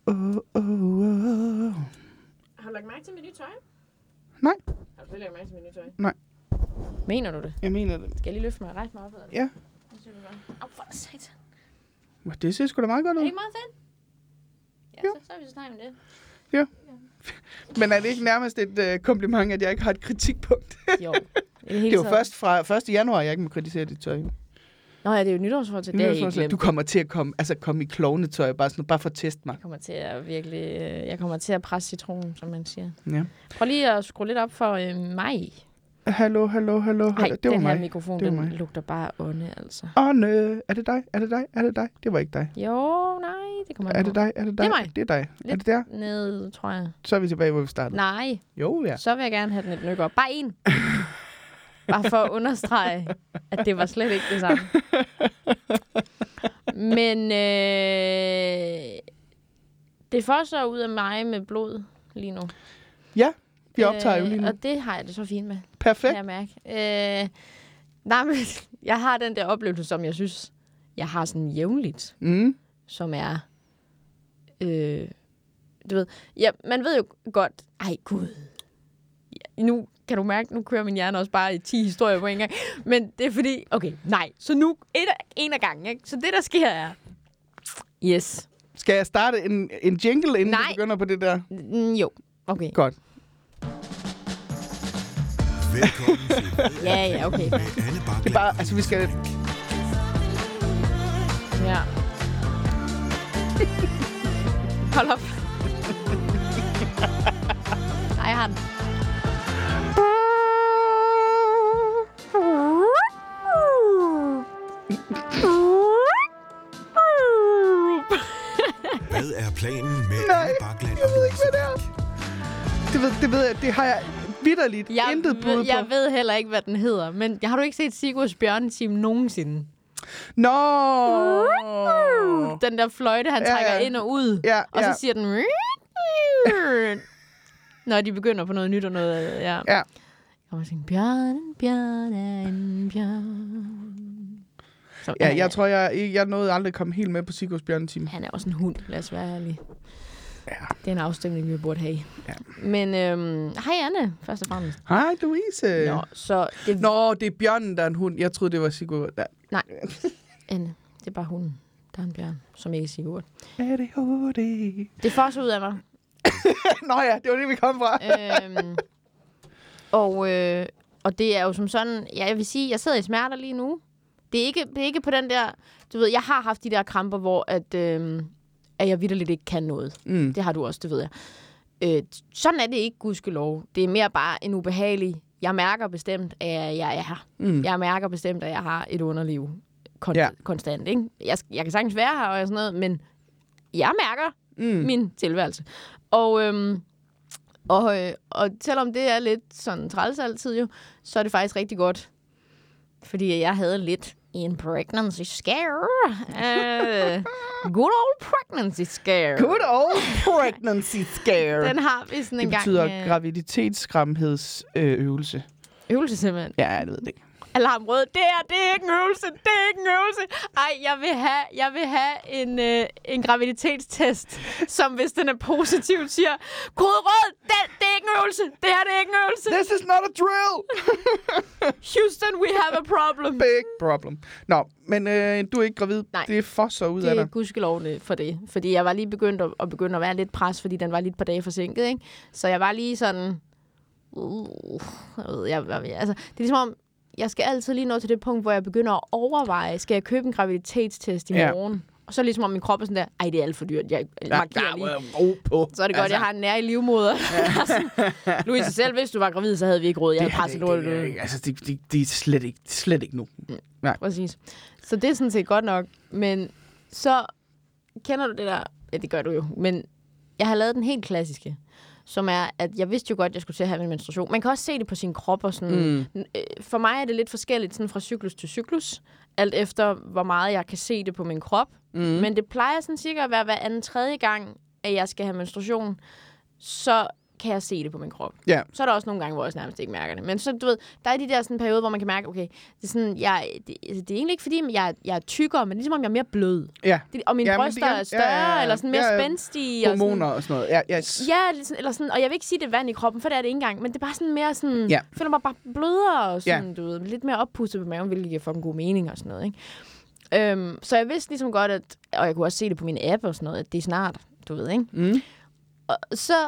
Har du lagt mærke til mit nye tøj? Nej. Har du lagt mærke til mit nye tøj? Nej. Mener du det? Jeg mener det. Skal jeg lige løfte mig og rejse mig op? Eller? Ja. Au, for satan. Det ser sgu da meget godt Er ud. det ikke meget fedt? Ja, Jo. så er vi så snakket om det. Ja. Men er det ikke nærmest et kompliment, at jeg ikke har et kritikpunkt? Jo. Det er jo først fra 1. januar, jeg ikke må kritisere dit tøj. Nå ja, det er jo nytårsforsæt. Det er ikke glemt. Du kommer til at komme i klovnetøj, bare for at teste mig. Jeg kommer til at presse citronen, som man siger. Ja. Prøv lige at skrue lidt op for mig. Hallo. Nej, det var den mig. her mikrofon, den lugter bare ånde, altså. Ånde. Er det dig? Det var ikke dig. Jo, nej, det kommer Er det dig? Det er mig. Det er dig. Lidt er det der? ned, tror jeg. Så er vi tilbage, hvor vi startede. Nej, Jo, ja. så vil jeg gerne have den et nyk op. Bare en. Bare for at understrege, at det var slet ikke det samme. Men det fosser ud af mig med blod lige nu. Ja, vi optager jo lige nu. Og det har jeg det så fint med. Perfekt. Kan jeg mærke. Nej, men jeg har den der oplevelse, som jeg synes, jeg har sådan jævnligt. Som er... du ved... Ja, man ved jo godt... Ej, gud. Ja, nu kan du mærke, nu kører min hjerne også bare i 10 historier på en gang. Men det er fordi... Okay, nej. Så nu en af gangen, ikke? Så det, der sker, er... Yes. Skal jeg starte en jingle, inden Nej. du begynder på det der? Jo. Okay. Godt. Velkommen til Ja, okay. med Anne Bakland. Det er bare, altså vi skal... Ja. Hold op. Nej, jeg har den. Hvad er planen med Nej, Anne Bakland jeg og ved ikke, Louise hvad det er. Bak? Det ved jeg, det har jeg vitterligt intet bud på. Jeg ved heller ikke, hvad den hedder. Men har du ikke set Sigurds Bjørneteam nogensinde? Nå! Den der fløjte, han trækker ind og ud. Ja, og så siger den... Når de begynder på noget nyt og noget... Ja. Ja. Og man siger, bjørn er en bjørn. Så, Ja, jeg tror, jeg nåede aldrig at komme helt med på Sigurds Bjørneteam. Han er også en hund, lad os være ærlige. Ja. Det er en afstemning, vi burde have. Ja. Men hej Anne, først og fremmest. Hej, Louise. Nå, så det... Nå, det er bjørnen, der er en hund. Jeg troede, det var Sigurd. Ja. Nej, Anne, det er bare hunden. Der er en bjørn, som ikke er Sigurd. ADHD. Det får så ud af mig. Nå ja, det var det, vi kom fra. Og det er jo som sådan... Ja, jeg vil sige, jeg sidder i smerter lige nu. Det er ikke på den der... Du ved, jeg har haft de der kramper, hvor at jeg vitterligt ikke kan noget. Det har du også, det ved jeg. Sådan er det ikke, gudskelov. Det er mere bare en ubehagelig... Jeg mærker bestemt, at jeg er her. Jeg mærker bestemt, at jeg har et underliv konstant. Ikke? Jeg kan sagtens være her og sådan noget, men jeg mærker min tilværelse. Og selvom det er lidt sådan træls altid jo, så er det faktisk rigtig godt. Fordi jeg havde lidt en pregnancy scare. Good old pregnancy scare. Good old pregnancy scare. Den har vi sådan en gang. Det betyder graviditetsskræmhedsøvelse. Øvelse simpelthen. Ja, jeg ved det ikke. Alarmrød. Det er ikke en øvelse. Det er ikke en øvelse. Ej, jeg vil have en graviditetstest, som hvis den er positiv, siger, kode rød, det er ikke en øvelse. Det her, det er ikke en øvelse. This is not a drill. Houston, we have a problem. Big problem. Nå, men du er ikke gravid. Nej. Det fosser ud af Det er dig. gudskelov for det. Fordi jeg var lige begyndt at være lidt pres, fordi den var lidt par dage forsinket, ikke? Så jeg var lige sådan... altså, det er ligesom om, jeg skal altid lige nå til det punkt, hvor jeg begynder at overveje, skal jeg købe en graviditetstest i morgen? Og så ligesom om min krop er sådan der, ej, det er alt for dyrt. Jeg markerer lige. Så er det godt, jeg har en nær i livmoder. Louise, selv hvis du var gravid, så havde vi ikke råd. Jeg havde presset lortet ud. Altså, det er slet ikke nu. Nej. Præcis. Så det er sådan set godt nok. Men så kender du det der... Ja, det gør du jo. Men jeg har lavet den helt klassiske. Som er, at jeg vidste jo godt, at jeg skulle til at have min menstruation. Man kan også se det på sin krop. Og sådan. For mig er det lidt forskelligt sådan fra cyklus til cyklus. Alt efter, hvor meget jeg kan se det på min krop. Men det plejer sådan cirka at være hver anden tredje gang, at jeg skal have menstruation. Så kan jeg se det på min krop. Ja. Så er der også nogle gange, hvor jeg nærmest ikke mærker det. Men så, du ved, der er de der sådan perioder, hvor man kan mærke, okay, det er sådan, det er egentlig ikke, fordi jeg er tykkere, men ligesom om jeg er mere blød. Ja. Og mine bryster er større, eller sådan mere spændstige. Hormoner og sådan noget. Ja, eller sådan, og jeg vil ikke sige, det er vand i kroppen, for det er det ikke engang, men det er bare sådan mere sådan, jeg føler mig bare blødere, og sådan, du ved, lidt mere oppustet på maven, hvilket giver fucking god mening og sådan noget, ikke? Så jeg vidste ligesom godt, og jeg kunne også se det på min app og sådan noget, at det er snart, du ved, ikke? Mm. Og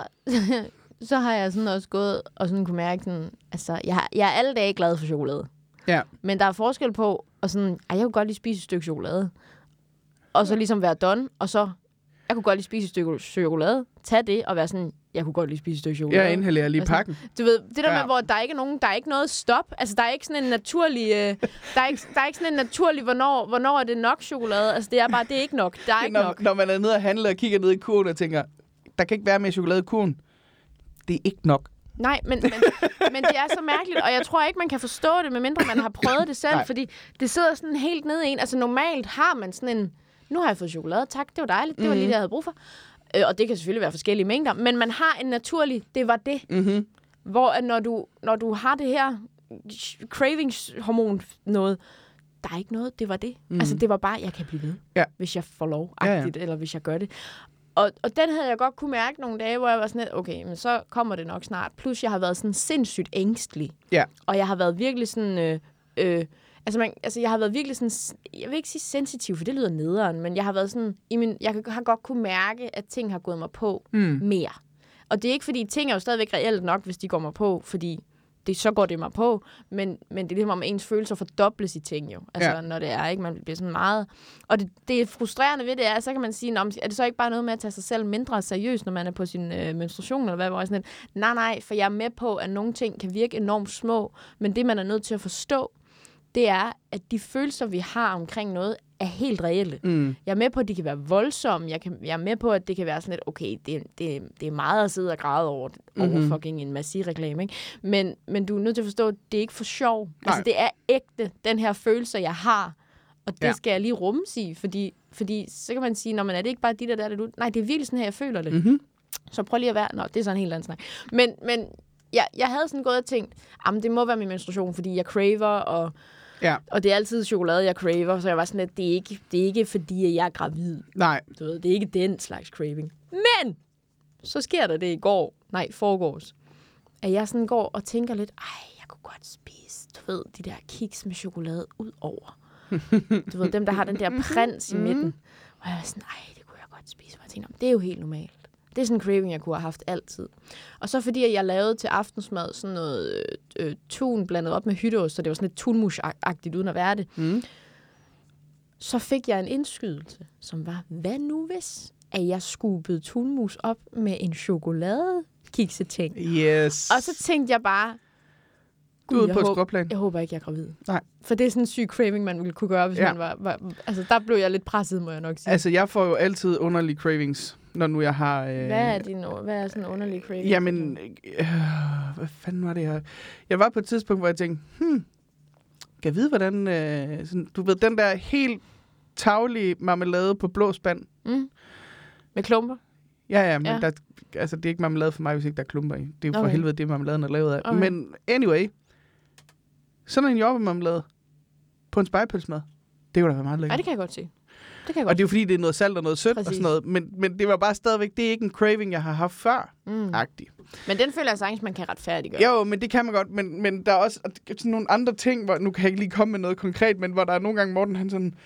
så har jeg sådan også gået og sådan kunne mærke sådan, altså, jeg er alle dage glad for chokolade. Ja. Men der er forskel på, og sådan, jeg kunne godt lige spise et stykke chokolade, og så ligesom være done, og så, jeg kunne godt lige spise et stykke chokolade, tage det og være sådan, jeg kunne godt lige spise et stykke chokolade. Jeg inhalerer lige pakken. Du ved, det der med, hvor der er ikke noget stop. Altså, der er ikke sådan en naturlig, der er ikke sådan en naturlig, hvornår er det nok chokolade. Altså, det er ikke nok. Der er ikke nok. Når man er nede og handler og kigger ned i kurven og tænker, der kan ikke være mere chokolade i kurven. Det er ikke nok. Nej, men det er så mærkeligt, og jeg tror ikke, man kan forstå det, medmindre man har prøvet det selv, fordi det sidder sådan helt nede i en. Altså, normalt har man sådan en, nu har jeg fået chokolade, tak, det var dejligt, det var lige det, jeg havde brug for. Og det kan selvfølgelig være forskellige mængder, men man har en naturlig, det var det. Mm-hmm. Hvor når du har det her cravingshormon noget, der er ikke noget, det var det. Altså, det var bare, jeg kan blive ved, hvis jeg får lov, eller hvis jeg gør det. Og den havde jeg godt kunne mærke nogle dage, hvor jeg var sådan lidt, okay, men så kommer det nok snart. Plus, jeg har været sådan sindssygt ængstelig. Ja. Og jeg har været virkelig sådan... jeg har været virkelig sådan... Jeg vil ikke sige sensitiv, for det lyder nederen, men jeg har været sådan... Jeg har godt kunne mærke, at ting har gået mig på mere. Og det er ikke, fordi ting er jo stadigvæk reelt nok, hvis de går mig på, fordi så går det mig på, men det er ligesom om ens følelser fordobles i ting jo. Altså, når det er, ikke? Man bliver sådan meget... Og det er frustrerende ved det er, så kan man sige, er det så ikke bare noget med at tage sig selv mindre seriøst, når man er på sin menstruation, eller hvad, hvor jeg sådan lidt, nej, for jeg er med på, at nogle ting kan virke enormt små, men det, man er nødt til at forstå, det er, at de følelser, vi har omkring noget, er helt reelle. Jeg er med på, at de kan være voldsomme. Jeg er med på, at det kan være sådan lidt, okay, det er meget at sidde og græde over fucking en Massi-reklame, ikke? Men du er nødt til at forstå, at det er ikke for sjov. Nej. Altså, det er ægte, den her følelse, jeg har. Og det skal jeg lige rummes i, fordi så kan man sige, når man er det ikke bare de der det nej, det er virkelig sådan her, jeg føler det. Mm-hmm. Så prøv lige at være, det er sådan en helt anden snak. Men jeg havde sådan gået og tænkt, det må være min menstruation, fordi jeg craver, og det er altid chokolade, jeg craver, så jeg var sådan lidt, det er ikke fordi, jeg er gravid. Nej. Du ved, det er ikke den slags craving. Men så sker der det forgårs, at jeg sådan går og tænker lidt, jeg kunne godt spise, du ved, de der kiks med chokolade ud over. Du ved, dem, der har den der prins i midten. Og jeg var sådan, det kunne jeg godt spise. Og jeg tænkte, det er jo helt normalt. Det er sådan en craving, jeg kunne have haft altid. Og så fordi jeg lavede til aftensmad sådan noget tun blandet op med hytteost, så det var sådan lidt tunmus-agtigt uden at være det. Så fik jeg en indskydelse, som var, hvad nu hvis, at jeg skubede tunmus op med en chokoladekikseting? Yes. Og så tænkte jeg bare, jeg håber ikke, jeg er gravid. Nej. For det er sådan en syg craving, man ville kunne gøre, hvis man var... Altså, der blev jeg lidt presset, må jeg nok sige. Altså, jeg får jo altid underlige cravings, når nu jeg har... Hvad er sådan en underlig craving? Jamen, hvad fanden var det her? Jeg var på et tidspunkt, hvor jeg tænkte, kan jeg vide, hvordan... sådan, du ved, den der helt taglige marmelade på blå spand. Med klumper? Ja, men der, altså, det er ikke marmelade for mig, hvis ikke der er klumper i. Det er jo for helvede, det marmeladen er lavet af. Okay. Men anyway... Sådan en jordbærmarmelade på en spegepølsemad, det kunne da være meget lækkert. Ja, det kan jeg godt se. Og det er jo fordi, det er noget salt og noget sødt og sådan noget. Men det var bare stadigvæk, det er ikke en craving, jeg har haft før. Agtig. Men den føler jeg sagtens, man kan retfærdiggøre. Jo, men det kan man godt. Men der er også sådan nogle andre ting, hvor nu kan jeg ikke lige komme med noget konkret, men hvor der er nogle gange, Morten, han sådan...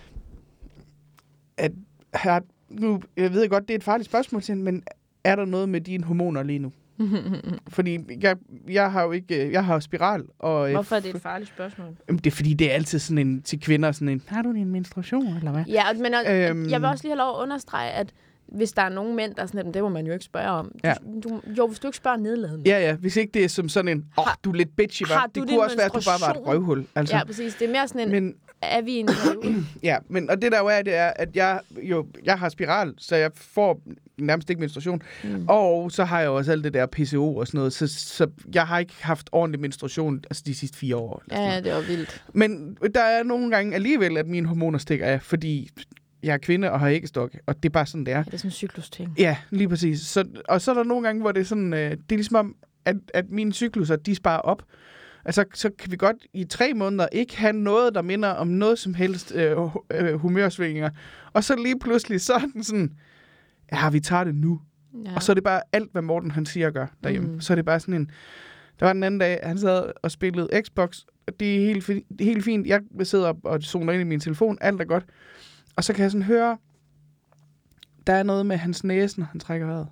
Nu, jeg ved godt, det er et farligt spørgsmål til, men er der noget med dine hormoner lige nu? Fordi jeg har jo ikke, jeg har jo spiral. Og, hvorfor er det et farligt spørgsmål? Det er fordi, det er altid sådan en, til kvinder sådan en, har du din menstruation, eller hvad? Ja, men jeg vil også lige have lov at understrege, at hvis der er nogen mænd, der er sådan, det må man jo ikke spørge om. Hvis du ikke spørger nedladende. Ja, hvis ikke det er som sådan en, du er lidt bitchy, var. Det kunne også være, at du bare var et røvhul. Altså. Ja, præcis. Det er mere sådan en, er vi en ja, og det der jo er, det er, at jeg har spiral, så jeg får nærmest ikke menstruation. Og så har jeg også alt det der PCO og sådan noget, så jeg har ikke haft ordentlig menstruation altså de sidste 4 år. Ja, det var vildt. Men der er nogle gange alligevel, at mine hormoner stikker af, fordi jeg er kvinde og har æggestok, og det er bare sådan, det er. Ja, det er sådan en cyklus-ting. Ja, lige præcis. Så er der nogle gange, hvor det er sådan, det er ligesom om, at mine cykluser, de sparer op. Altså, så kan vi godt i 3 måneder ikke have noget, der minder om noget som helst humørsvinginger. Og så lige pludselig, så er den sådan, ja, vi tager det nu. Ja. Og så er det bare alt, hvad Morten han siger og gør derhjemme. Så er det bare sådan en... Der var den anden dag, han sad og spillede Xbox. Det er helt fint. Jeg sidder og zoner ind i min telefon. Alt er godt. Og så kan jeg sådan høre, der er noget med hans næse, når han trækker vejret.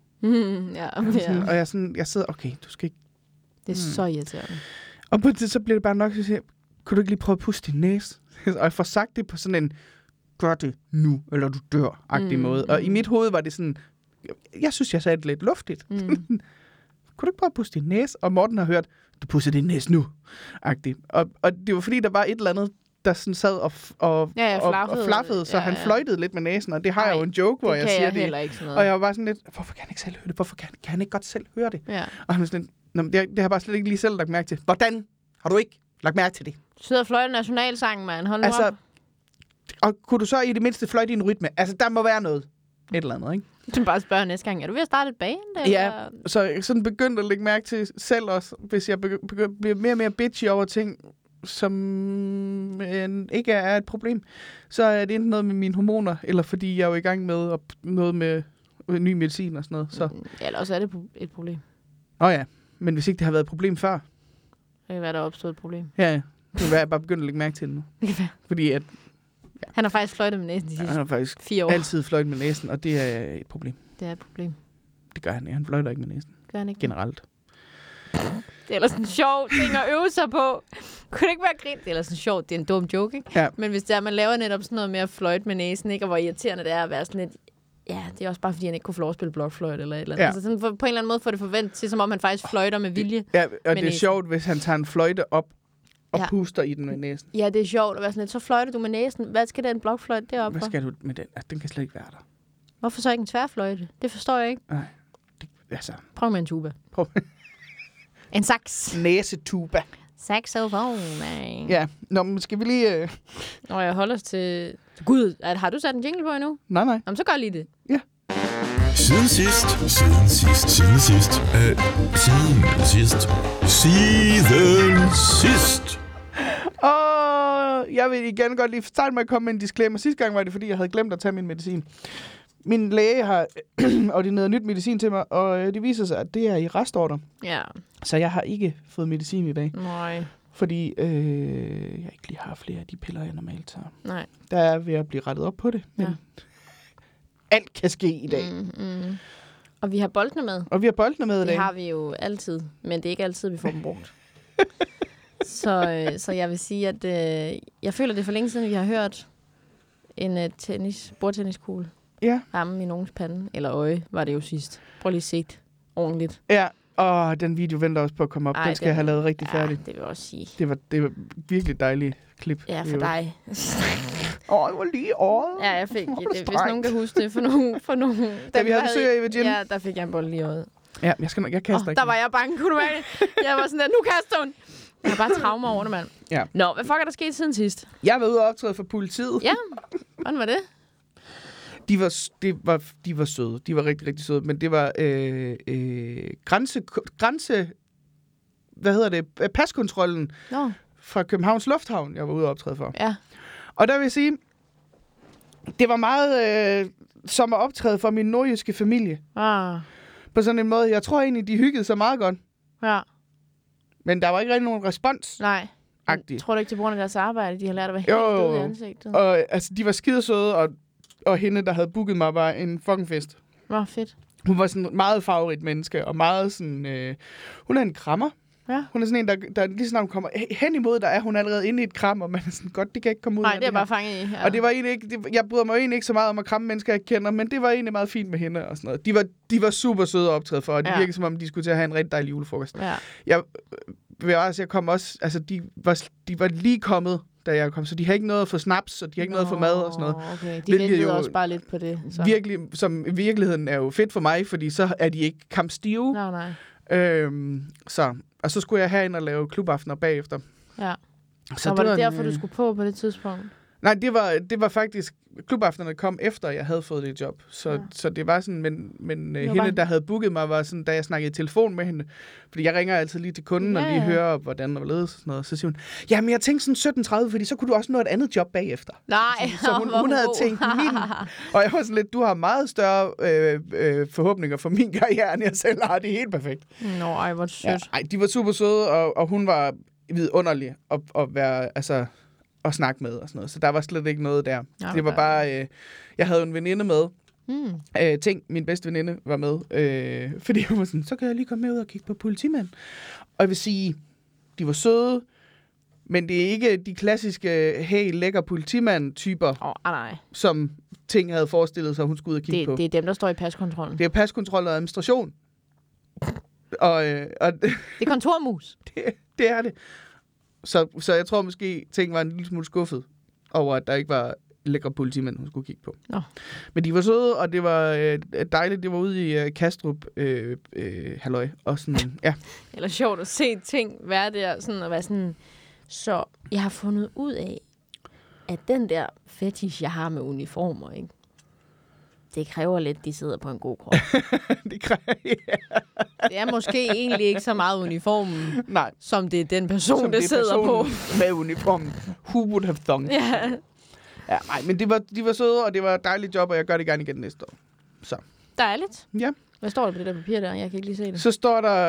Og jeg sidder, okay, du skal ikke... Det er så irriterende. Og på det, så bliver det bare nok, så siger, kunne du ikke lige prøve at puste din næse? Og jeg får sagt det på sådan en, gør det nu, eller du dør-agtig måde. Og i mit hoved var det sådan, jeg synes, jeg sagde det lidt luftigt. Kunne du ikke prøve at puste din næse? Og Morten har hørt, du puster din næse nu-agtigt. Og det var fordi, der var et eller andet, der sådan sad og flaffede, så han fløjtede lidt med næsen, og det har jeg jo en joke, hvor jeg siger det. Ikke og jeg var bare sådan lidt, hvorfor kan han ikke selv høre det? Hvorfor kan han ikke godt selv høre det? Ja. Og han var sådan lidt, det har jeg bare slet ikke lige selv lagt mærke til. Hvordan har du ikke lagt mærke til det? Du sidder og fløjter nationalsangen, mand. Hold nu op. Og kunne du så i det mindste fløjte i en rytme? Altså, der må være noget. Et eller andet, ikke? Du kan bare spørge næste gang, er du ved at starte et band? Eller? Ja, så jeg sådan begyndte at lægge mærke til selv også, hvis jeg bliver mere og mere bitchy over ting, som ikke er et problem, så er det enten noget med mine hormoner, eller fordi jeg er jo i gang med noget med ny medicin og sådan noget. Så. Ja, eller også er det et problem. Ja, men hvis ikke det har været et problem før. Det kan være, der er opstået et problem. Ja, det kan være, jeg bare begyndt at lægge mærke til det nu. Det kan være. Fordi at... Ja. Han har faktisk fløjtet med næsen de sidste 4 år. Han har faktisk altid fløjtet med næsen, og det er et problem. Det er et problem. Det gør han ikke. Han fløjter ikke med næsen. Gør han ikke? Generelt. Det er ellers en sjov ting at øve sig på. Kunne det ikke være grint? Det er ellers en sjov, det er en dum joke, ikke? Ja. Men hvis det er, man laver netop sådan noget med at fløjte med næsen, ikke? Og hvor irriterende det er at være sådan lidt... Ja, det er også bare, fordi han ikke kunne få lov at spille blokfløjte eller et eller andet. Ja. Altså sådan på en eller anden måde får det forventet til, som om han faktisk fløjter med vilje. Ja, og det er sjovt, hvis han tager en fløjte op og puster i den med næsen. Ja, det er sjovt at være sådan lidt. Så fløjter du med næsen. Hvad skal den blokfløjte deroppe for? Hvad skal du med den? Altså, den kan slet ikke være der. Hvorfor så ikke en tværfløjte? Det forstår jeg ikke. Nej. Altså. Prøv med en tuba. En sax. Næsetuba. Saxofon. Ja, men skal vi lige... Når jeg holder os til... Gud, har du sat en jingle på endnu? Nej. Jamen, så gør lige det. Ja. Siden sidst. Og jeg vil igen godt lige starte med at komme med en disclaimer. Sidste gang var det, fordi jeg havde glemt at tage min medicin. Min læge har ordineret nyt medicin til mig, og det viser sig, at det er i restorder. Ja. Så jeg har ikke fået medicin i dag. Nej. Fordi jeg ikke lige har flere af de piller, jeg normalt tager. Nej. Der er ved at blive rettet op på det, men alt kan ske i dag. Og vi har boldene med. i dag. Det har vi jo altid, men det er ikke altid, vi får dem brugt. Så jeg vil sige, at jeg føler, det er for længe siden, vi har hørt en bordtenniskugle ramme i nogens pande. Eller øje, var det jo sidst. Prøv lige at se det ordentligt. Ja, og den video venter også på at komme op. Den skal jeg have lavet rigtig færdig. Det vil jeg også sige. Det var virkelig dejligt klip. Ja, for dig. Det var lige året. Ja, jeg fik det. Hvis nogen kan huske det for nogen. Da vi havde besøg af Eva Jim. Ja, der fik jeg en bold lige i øjet. Ja, jeg kaster ikke. Der var jeg bange, kunne du mærke det? Jeg var sådan der, nu kaster hun. Jeg har bare traumer over det, mand. Ja. Nå, hvad fuck er der sket siden sidst? Jeg var ude og optræde for politiet. Ja, hvordan var det? De var søde. De var rigtig, rigtig søde. Men det var grænse... Hvad hedder det? Paskontrollen fra Københavns Lufthavn, jeg var ude og optræde for. Ja. Og der vil jeg sige, det var meget som at optræde for min nordjyske familie. På sådan en måde. Jeg tror egentlig, de hyggede sig meget godt. Ja. Men der var ikke rigtig nogen respons. Nej. Jeg tror du ikke, til grund af deres arbejde, de har lært at være helt døde i ansigtet? Og altså, de var skidesøde, og hende, der havde booket mig, var en fucking fest. Fedt. Hun var sådan meget favorit menneske, og meget sådan... hun er en krammer. Ja. Hun er sådan en, der lige snart hun kommer hen imod, der er hun allerede inde i et kram, og man er sådan, godt, det kan ikke komme ud af det. Nej, det er bare fanget i. Ja. Og det var egentlig ikke... jeg bryder mig egentlig ikke så meget om at kramme mennesker, jeg kender, men det var egentlig meget fint med hende og sådan noget. De var super søde at optræde for, og det virkede som om, de skulle til at have en rigtig dejlig julefrokost. Ja. Jeg kom også... Altså, de var lige kommet, da jeg kom, så de har ikke noget at få snaps, og de har ikke noget at få mad og sådan noget. Okay. De ventede også bare lidt på det. Så. Virkelig, som i virkeligheden er jo fedt for mig, fordi så er de ikke kampstive. Nej. Og så skulle jeg herind og lave klubaftener bagefter. Ja. Så og var det derfor, du skulle på det tidspunkt? Nej, det var faktisk... Klubaftenerne kom efter, jeg havde fået det job. Så det var sådan... Men hende, der havde booket mig, var sådan, da jeg snakkede i telefon med hende... Fordi jeg ringer altid lige til kunden, og lige hører, hvordan og ledes og sådan noget. Så siger hun, jamen jeg tænkte sådan 17:30, fordi så kunne du også nå et andet job bagefter. Nej, så hun havde tænkt min... Og jeg var sådan lidt, du har meget større forhåbninger for min karriere, end jeg selv har. Det er helt perfekt. Nå, ej, hvor sødt. Ja, de var super søde, og hun var vidunderlig at være... Altså, at snakke med og sådan noget. Så der var slet ikke noget der. Ja, det var bare... jeg havde en veninde med. Min bedste veninde var med. Fordi hun var sådan, så kan jeg lige komme med ud og kigge på politimanden. Og jeg vil sige, de var søde, men det er ikke de klassiske, hey, lækker politimand-typer, nej. som Ting havde forestillet sig, hun skulle ud og kigge på. Det er dem, der står i paskontrollen. Det er paskontrol og administration. Og det er kontormus. det er det. Så jeg tror måske, Ting var en lille smule skuffet over, at der ikke var lækre politimænd, hun skulle kigge på. Nå. Men de var søde, og det var dejligt. Det var ude i Kastrup, halløj, og sådan, ja. Eller sjovt at se Ting være der, sådan og være sådan, så jeg har fundet ud af, at den der fetish, jeg har med uniformer, ikke? Det kræver lidt, de sidder på en god krop. Det Det er måske egentlig ikke så meget uniformen, nej, som det er den person, der sidder på. Med uniformen. Who would have thunk? Ja. Ja, nej, men de var søde, og det var et dejligt job, og jeg gør det gerne igen næste år. Så. Dejligt. Ja. Hvad står der på det der papir der? Jeg kan ikke lige se det. Så står der...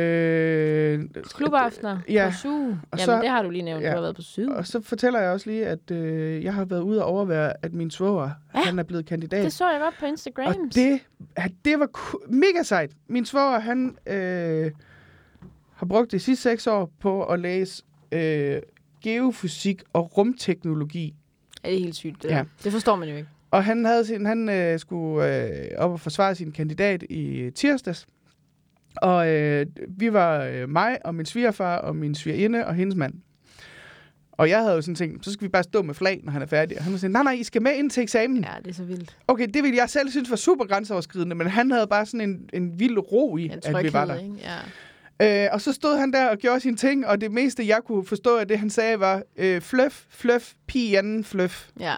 Klubaftener på SU. Jamen, det har du lige nævnt. Du har været på SU. Og så fortæller jeg også lige, at jeg har været ude og overvære, at min svoger, han er blevet kandidat. Det så jeg godt på Instagram. Og det var mega sejt. Min svoger, han har brugt de sidste 6 år på at læse geofysik og rumteknologi. Ja, det er helt sygt. Det forstår man jo ikke. Og han skulle op og forsvare sin kandidat i tirsdags. Og vi var mig og min svigerfar og min svigerinde og hendes mand. Og jeg havde jo sådan tænkt, så skal vi bare stå med flag, når han er færdig. Og han var sådan, nej, I skal med ind til eksamen. Ja, det er så vildt. Okay, det ville jeg selv synes var super grænseoverskridende, men han havde bare sådan en vild ro i, at vi var der. Ikke? Ja. Og så stod han der og gjorde sine ting, og det meste, jeg kunne forstå af det, han sagde, var fløf, pigen, fløf. Ja.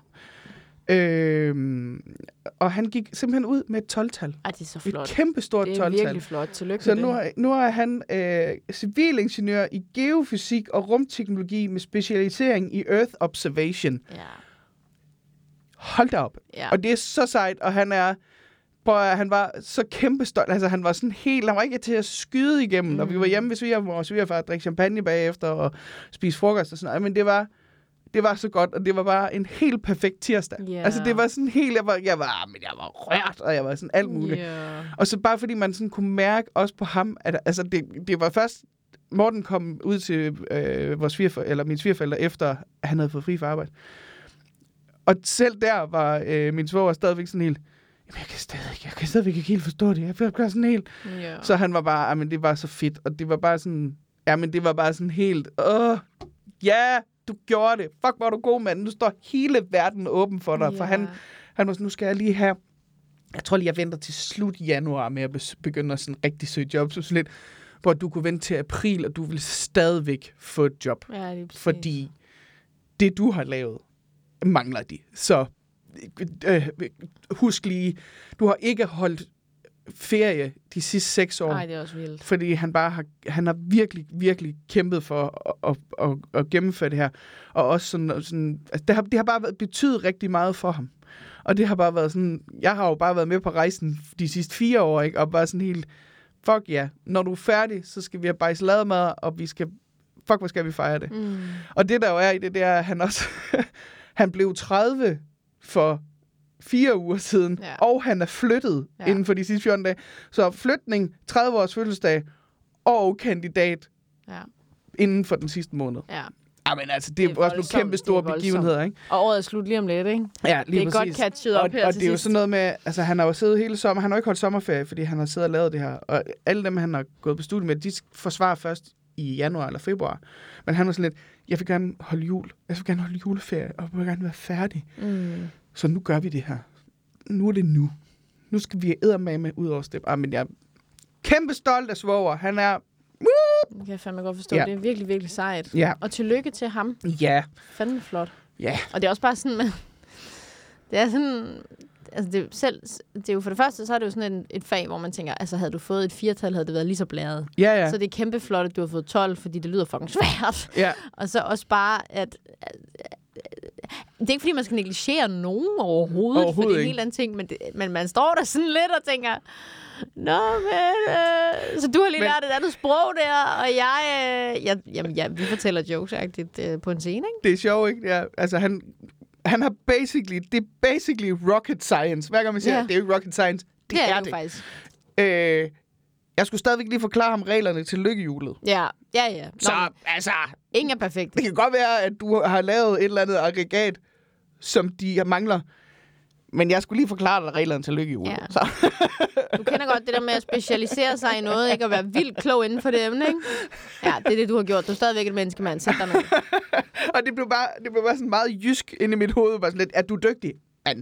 Og han gik simpelthen ud med et 12-tal. Ej, det er så flot. Et kæmpestort 12-tal. Det er virkelig flot. Tillykke så med det. Nu er han civilingeniør i geofysik og rumteknologi med specialisering i Earth Observation. Ja. Hold da op. Ja. Og det er så sejt, og han var så kæmpe stolt. Altså, han var sådan helt... Han var ikke til at skyde igennem. Og vi var hjemme ved svigerfar og drikke champagne bagefter og spise frokost og sådan noget. Men det var så godt, og det var bare en helt perfekt tirsdag. Yeah. Altså, det var sådan helt... Jeg var rørt, og jeg var sådan alt muligt. Yeah. Og så bare fordi man sådan kunne mærke også på ham, at altså, det var først... Morten kom ud til min svigerforældre, efter han havde fået fri fra arbejde. Og selv der var min svoger stadigvæk sådan helt... Jamen, jeg kan stadigvæk ikke helt forstå det. Jeg gør sådan helt... Yeah. Så han var bare... Men det var så fedt, og det var bare sådan... det var bare sådan helt... Du gjorde det. Fuck, hvor er du god, mand. Nu står hele verden åben for dig. Yeah. For han var sådan, nu skal jeg lige have... Jeg tror lige, jeg venter til slut januar med at begynde at sådan rigtig søge job. Så lidt, hvor du kunne vente til april, og du vil stadigvæk få et job. Ja, det er fordi det, du har lavet, mangler de. Så husk lige, du har ikke holdt ferie de sidste 6 år. Nej, det er også vildt. Fordi han har virkelig, virkelig kæmpet for at gennemføre det her. Og også sådan altså det har bare betydet rigtig meget for ham. Og det har bare været sådan, jeg har jo bare været med på rejsen de sidste 4 år, ikke? Og bare sådan helt, fuck ja, når du er færdig, så skal vi have bajsalademad, og vi skal, hvor skal vi fejre det? Mm. Og det der jo er i det, det er, at han også, han blev 30 for 4 uger siden, og han er flyttet inden for de sidste 14 dage. Så flytning, 30 års fødselsdag, og kandidat inden for den sidste måned. Ja. Men altså, det er også nogle kæmpe store begivenheder, ikke? Og året er slut lige om lidt, ikke? Ja, lige det er præcis. Godt catchet op her og det er jo sådan noget med, altså han har jo siddet hele sommer, han har jo ikke holdt sommerferie, fordi han har siddet og lavet det her. Og alle dem, han har gået på studie med, de forsvarer først i januar eller februar. Men han var sådan lidt, jeg vil gerne holde jul. Jeg vil gerne holde juleferie, og jeg vil gerne være færdig. Mm. Så nu gør vi det her. Nu er det nu. Nu skal vi eddermame ud over step. Men jeg er kæmpe stolt af svoger. Han er... Det kan jeg fandme godt forstå. Ja. Det er virkelig, virkelig sejt. Ja. Og tillykke til ham. Ja. Fandme flot. Ja. Og det er også bare sådan, det er sådan, altså det er jo for det første, så er det jo sådan et fag, hvor man tænker, altså havde du fået et 4-tal, havde det været lige så blæret. Ja. Så det er kæmpe flot, at du har fået 12, fordi det lyder fucking svært. Ja. Og så også bare, at det er ikke, fordi man skal negligere nogen overhovedet for det er en helt anden ting, men man står der sådan lidt og tænker, nå, men så du har lige lært et andet sprog der, og vi fortæller jokes-agtigt på en scene, ikke? Det er sjovt, ikke? Ja, altså, han har det er basically rocket science. Hver gang man siger, det er jo ikke rocket science, det er det. Faktisk. Jeg skulle stadigvæk lige forklare ham reglerne til lykkehjulet. Ja. Så, altså... Ingen er perfekt. Det kan godt være, at du har lavet et eller andet aggregat, som de mangler. Men jeg skulle lige forklare dig reglerne til lykkehjulet. Ja. Så. Du kender godt det der med at specialisere sig i noget, ikke? Og være vildt klog inden for det emne, ikke? Ja, det er det, du har gjort. Du er stadigvæk et menneske, mand. Sæt dig ned. Og det blev bare sådan meget jysk inde i mit hoved. Bare sådan lidt, er du dygtig?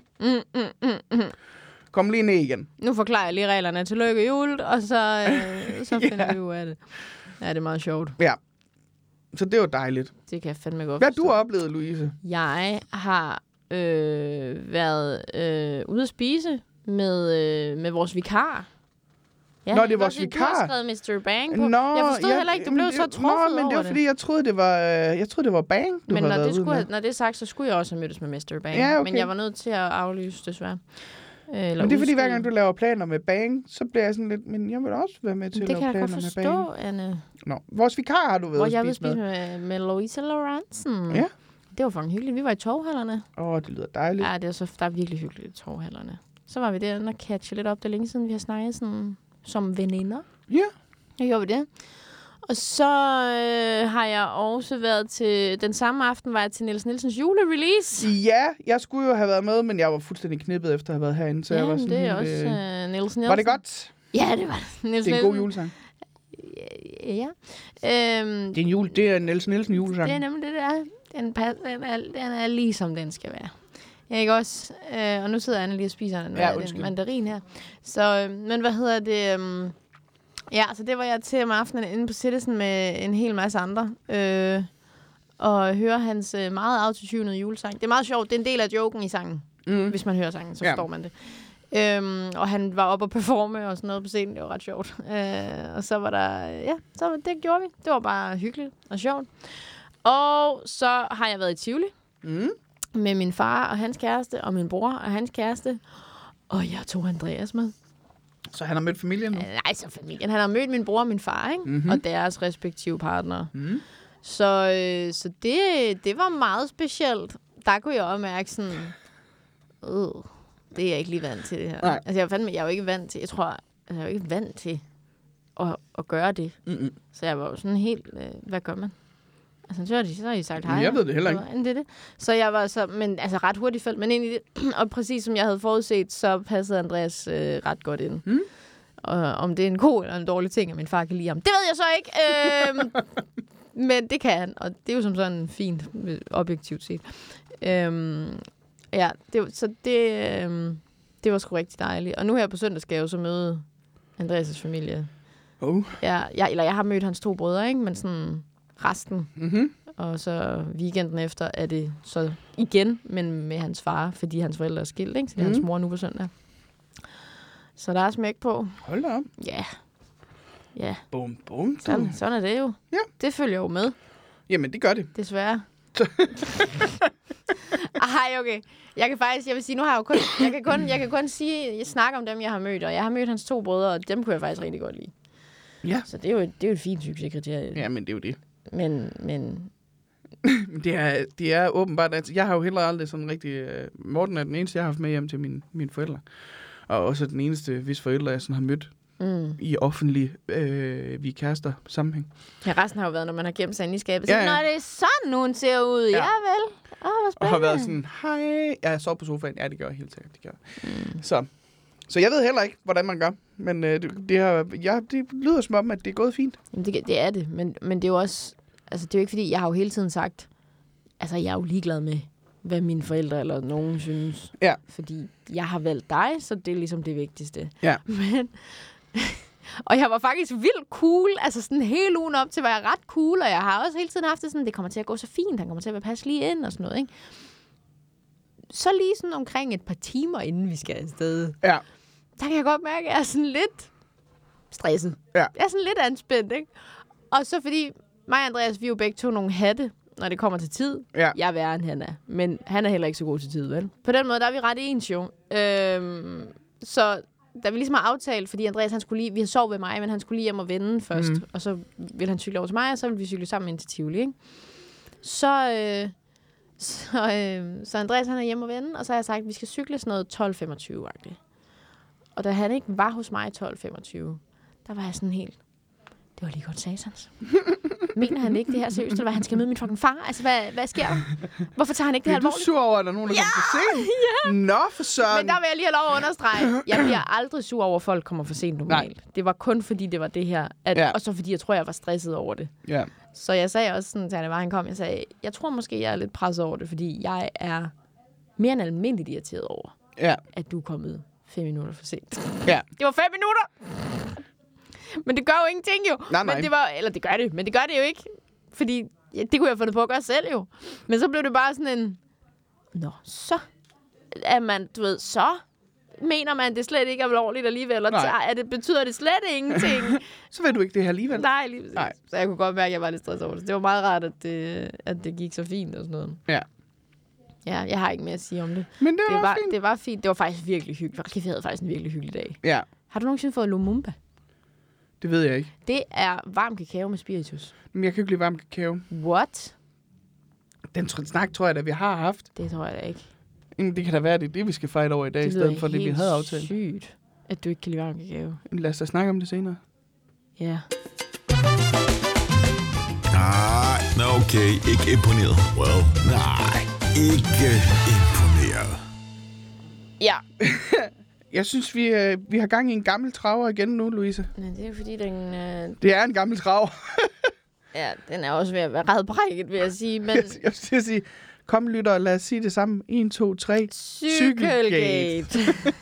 Kom lige ned igen. Nu forklarer jeg lige reglerne til lykkehjulet, og så finder vi ud af det. Ja, det er meget sjovt. Ja. Så det var dejligt. Det kan jeg fandme godt forstå. Hvad har du oplevet, Louise? Jeg har været ude at spise med vores vikar. Ja, det er vores vikar. Du har skrevet Mr. Bang på. Jeg forstod heller ikke, du blev så truffet over det. Men det var fordi, jeg troede, det var Bang, men når det er sagt, så skulle jeg også have mødtes med Mr. Bang. Ja, okay. Men jeg var nødt til at aflyse, desværre. Men det er fordi, hver gang du laver planer med Bang, så bliver jeg sådan lidt, men jeg vil også være med til at lave planer med Bang. Det kan jeg godt forstå, Anne. Nå, vores vikar har du været at spise med Louise Lorentzen. Ja. Det var fucking hyggeligt. Vi var i Torvhallerne. Det lyder dejligt. Ja, der er virkelig hyggeligt i Torvhallerne. Så var vi derinde og catche lidt op. Det er længe siden, vi har snakket sådan, som veninder. Ja. Så gjorde vi det. Og så har jeg også været til... Den samme aften var jeg til Niels Nielsens julerelease. Ja, jeg skulle jo have været med, men jeg var fuldstændig knippet efter at have været herinde. Så jeg var sådan det er også Niels Nielsen. Var det godt? Ja, det var det. Det er en god julesang. Ja. Det er Niels Nielsen julesang. Det er nemlig det der. Den er lige som den skal være. Ja, ikke også? Og nu sidder Anne lige og spiser en mandarin her. Så, men hvad hedder det? Så det var jeg til om aftenen inde på Citizen med en hel masse andre. Og høre hans meget autotunede julesang. Det er meget sjovt. Det er en del af joken i sangen. Hvis man hører sangen, så forstår man det. Og han var oppe og performe og sådan noget på scenen. Det var ret sjovt. Og så var der... det gjorde vi. Det var bare hyggeligt og sjovt. Og så har jeg været i Tivoli med min far og hans kæreste, og min bror og hans kæreste. Og jeg tog Andreas med. Så han har mødt familien nu? Nej, så familien. Han har mødt min bror og min far, ikke? Mm-hmm. Og deres respektive partnere. Mm. Så det var meget specielt. Der kunne jeg også mærke sådan... det er jeg ikke lige vant til det her. Nej. Altså, jeg er jo ikke vant til... Jeg er jo ikke vant til at gøre det. Mm-hmm. Så jeg var jo sådan helt... hvad gør man? Altså, så har I sagt hej. Jeg ved det heller ikke. Det. Så jeg var så... Men altså, ret hurtigt faldt man ind i det. Og præcis som jeg havde forudset, så passede Andreas ret godt ind. Mm. Og om det er en god eller en dårlig ting, at min far kan lide ham, det ved jeg så ikke. Men det kan han. Og det er jo som sådan fint, objektivt set. Det var sgu rigtig dejligt. Og nu her på søndag skal jeg jo så møde Andreas' familie. Jeg har mødt hans 2 brødre, ikke? Men sådan... resten. Mm-hmm. Og så weekenden efter er det så igen, men med hans far, fordi hans forældre er skilt, ikke? Så det er hans mor nu på søndag. Så der er smæk på. Hold da op. Ja. Bum. Sådan er det jo. Ja. Det følger jo med. Jamen, det gør det. Desværre. Okay. Jeg vil sige, nu har jeg jo kun, jeg kan kun snakke om dem, jeg har mødt, og jeg har mødt hans 2 brødre, og dem kunne jeg faktisk rigtig godt lide. Ja. Så det er jo et fint succeskriterie. Ja, men det er jo det. Men det er åbenbart, at jeg har jo heller aldrig sådan rigtig... Morten er den eneste, jeg har haft med hjem til mine forældre. Og også den eneste, hvis forældre jeg sådan har mødt i offentlig vi kærester sammenhæng. Ja, resten har jo været, når man har gemt sig inde i skabet. Så når det er sådan, nogen ser ud. Ja vel. Hvor spændende. Og har været sådan, hej. Jeg sov på sofaen. Ja, det gør jeg helt sikkert. Det gør jeg. Så jeg ved heller ikke, hvordan man gør. Men det lyder som om, at det er gået fint. Jamen, det er det. Men det er jo også... Altså, det er jo ikke fordi, jeg har jo hele tiden sagt... Altså, jeg er jo ligeglad med, hvad mine forældre eller nogen synes. Ja. Fordi jeg har valgt dig, så det er ligesom det vigtigste. Ja. Men... og jeg var faktisk vildt cool. Altså, sådan hele ugen op til, var jeg ret cool. Og jeg har også hele tiden haft det sådan, det kommer til at gå så fint. Han kommer til at passe lige ind og sådan noget, ikke? så lige sådan omkring et par timer, inden vi skal afsted, Ja. der kan jeg godt mærke, at jeg er sådan lidt stresset. Ja. Jeg er sådan lidt anspændt, ikke? Og så fordi mig og Andreas, vi er jo begge to nogle hatte, når det kommer til tid. Ja. Jeg er værre end han er, men han er heller ikke så god til tid, vel? På den måde, der er vi ret ens jo. Så da vi ligesom har aftalt, fordi Andreas, han skulle lige, vi har sovet ved mig, men han skulle lige hjem og vende først, og så ville han cykle over til mig, og så ville vi cykle sammen ind til Tivoli, ikke? Så Andreas, han er hjemme og vende, og så har jeg sagt, at vi skal cykle sådan noget 12:25-agtigt. Og da han ikke var hos mig 12:25, der var jeg sådan helt, det var lige godt satans. Mener han ikke det her seriøst, eller hvad? Han skal møde min fucking far? Altså, hvad sker der? Hvorfor tager han ikke det her alvorligt? Er du sur over, at der er nogen, der kommer for sent? Ja! Nå, for søren. Men der vil jeg lige have lov at understrege. Jeg bliver aldrig sur over, at folk kommer for sent normalt. Nej. Det var kun fordi, det var det her. Og så fordi, jeg tror, jeg var stresset over det. Ja. Så jeg sagde også sådan, da han kom, jeg sagde, jeg tror måske, jeg er lidt presset over det, fordi jeg er mere end almindeligt irriteret over, at du er kommet 5 minutter for sent. Ja. Det var 5 minutter! Men det gør jo ingenting jo. Nej. Men det var, eller det gør det, men det gør det jo ikke. Fordi det kunne jeg have fundet på at gøre selv jo. Men så blev det bare sådan en, så er man, du ved, så mener man, det slet ikke er lovligt alligevel. Og betyder det slet ingenting. Så ved du ikke det her alligevel. Nej, lige præcis. Nej. Så jeg kunne godt mærke, at jeg var lidt stresset over det. Det var meget rart, at det gik så fint og sådan noget. Ja. Ja, jeg har ikke mere at sige om det. Men det var fint. Det var fint. Det var faktisk virkelig hyggeligt. Vi havde faktisk en virkelig hyggelig dag. Ja. Har du nogensinde fået Lumumba? Det ved jeg ikke. Det er varm kakao med spiritus. Men jeg kan ikke lide varm kakao. What? Den snak tror jeg da, vi har haft. Det tror jeg da ikke. Det kan da være, det vi skal fight over i dag, i stedet for det, vi havde aftalt. Det er sygt, at du ikke kan lide varm kakao. Lad os da snakke om det senere. Ja. Nej, okay. Ikke imponeret. Well, nej. Ikke imponeret. Ja. Jeg synes, vi har gang i en gammel traver igen nu, Louise. Nej, det er fordi, den... Det er en gammel traver. Ja, den er også ved at være redbrækket, vil jeg sige. Men... Jeg skal sige, kom lytter, lad os sige det sammen. 1, 2, 3. Cykelgate.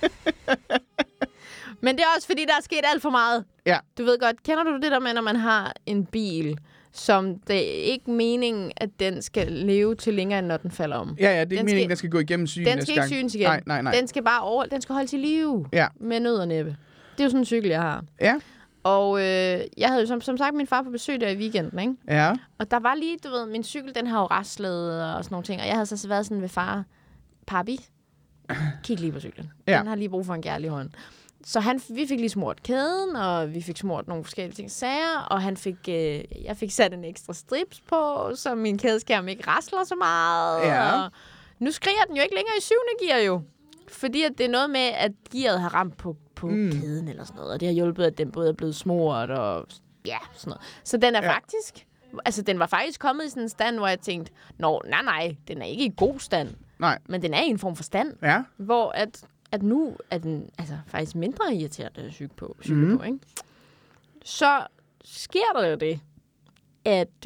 Men det er også fordi, der er sket alt for meget. Ja. Du ved godt, kender du det der med, når man har en bil, som det er ikke meningen, at den skal leve til længere, end når den falder om. Ja, det er ikke meningen, den skal gå igennem sygen næste gang. Den skal ikke synes igen. Nej. Den skal bare den skal holde til live med nød og næppe. Det er jo sådan en cykel, jeg har. Ja. Og jeg havde jo som sagt min far på besøg der i weekenden, ikke? Ja. Og der var lige, du ved, min cykel, den har jo raslet og sådan nogle ting. Og jeg havde så været sådan ved far, papi, kig lige på cyklen. Den har lige brug for en kærlig hånd. Så vi fik lige smurt kæden, og vi fik smurt nogle forskellige ting sager, og jeg fik sat en ekstra strips på, så min kædeskærm ikke rasler så meget. Ja. Og nu skriger den jo ikke længere i 7. gear jo. Fordi at det er noget med, at gearet har ramt på kæden eller sådan noget, og det har hjulpet, at den både er blevet smurt og sådan noget. Så den er faktisk, altså den var faktisk kommet i sådan en stand, hvor jeg tænkte, nej, den er ikke i god stand. Nej. Men den er i en form for stand, hvor at nu er den altså faktisk mindre irriterende at cykle på, ikke? Så sker der jo det, at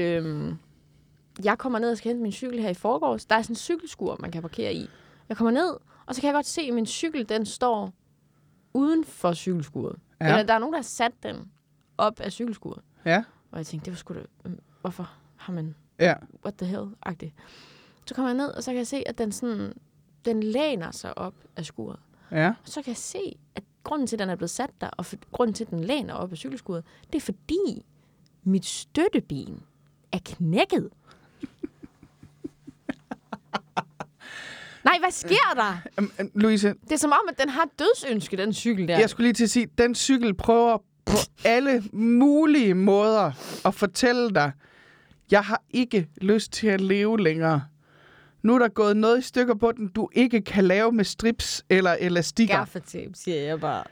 jeg kommer ned og skal hente min cykel her i forgårs. Der er sådan en cykelskur, man kan parkere i. Jeg kommer ned, og så kan jeg godt se, at min cykel, den står uden for cykelskuret. Ja. Eller der er nogen, der har sat den op af cykelskuret. Ja. Og jeg tænkte, det var sgu da, hvorfor har man, what the hell-agtigt. Så kommer jeg ned, og så kan jeg se, at den læner sig op af skuret. Ja. Og så kan jeg se, at grunden til, at den er blevet sat der, og grunden til, at den læner op af cykelskuret, det er fordi, mit støtteben er knækket. Nej, hvad sker der? Louise. Det er som om, at den har dødsønske, den cykel der. Jeg skulle lige til at sige, at den cykel prøver på alle mulige måder at fortælle dig, jeg har ikke lyst til at leve længere. Nu er der gået noget i stykker på den, du ikke kan lave med strips eller elastikker. Gaffatape, siger jeg bare.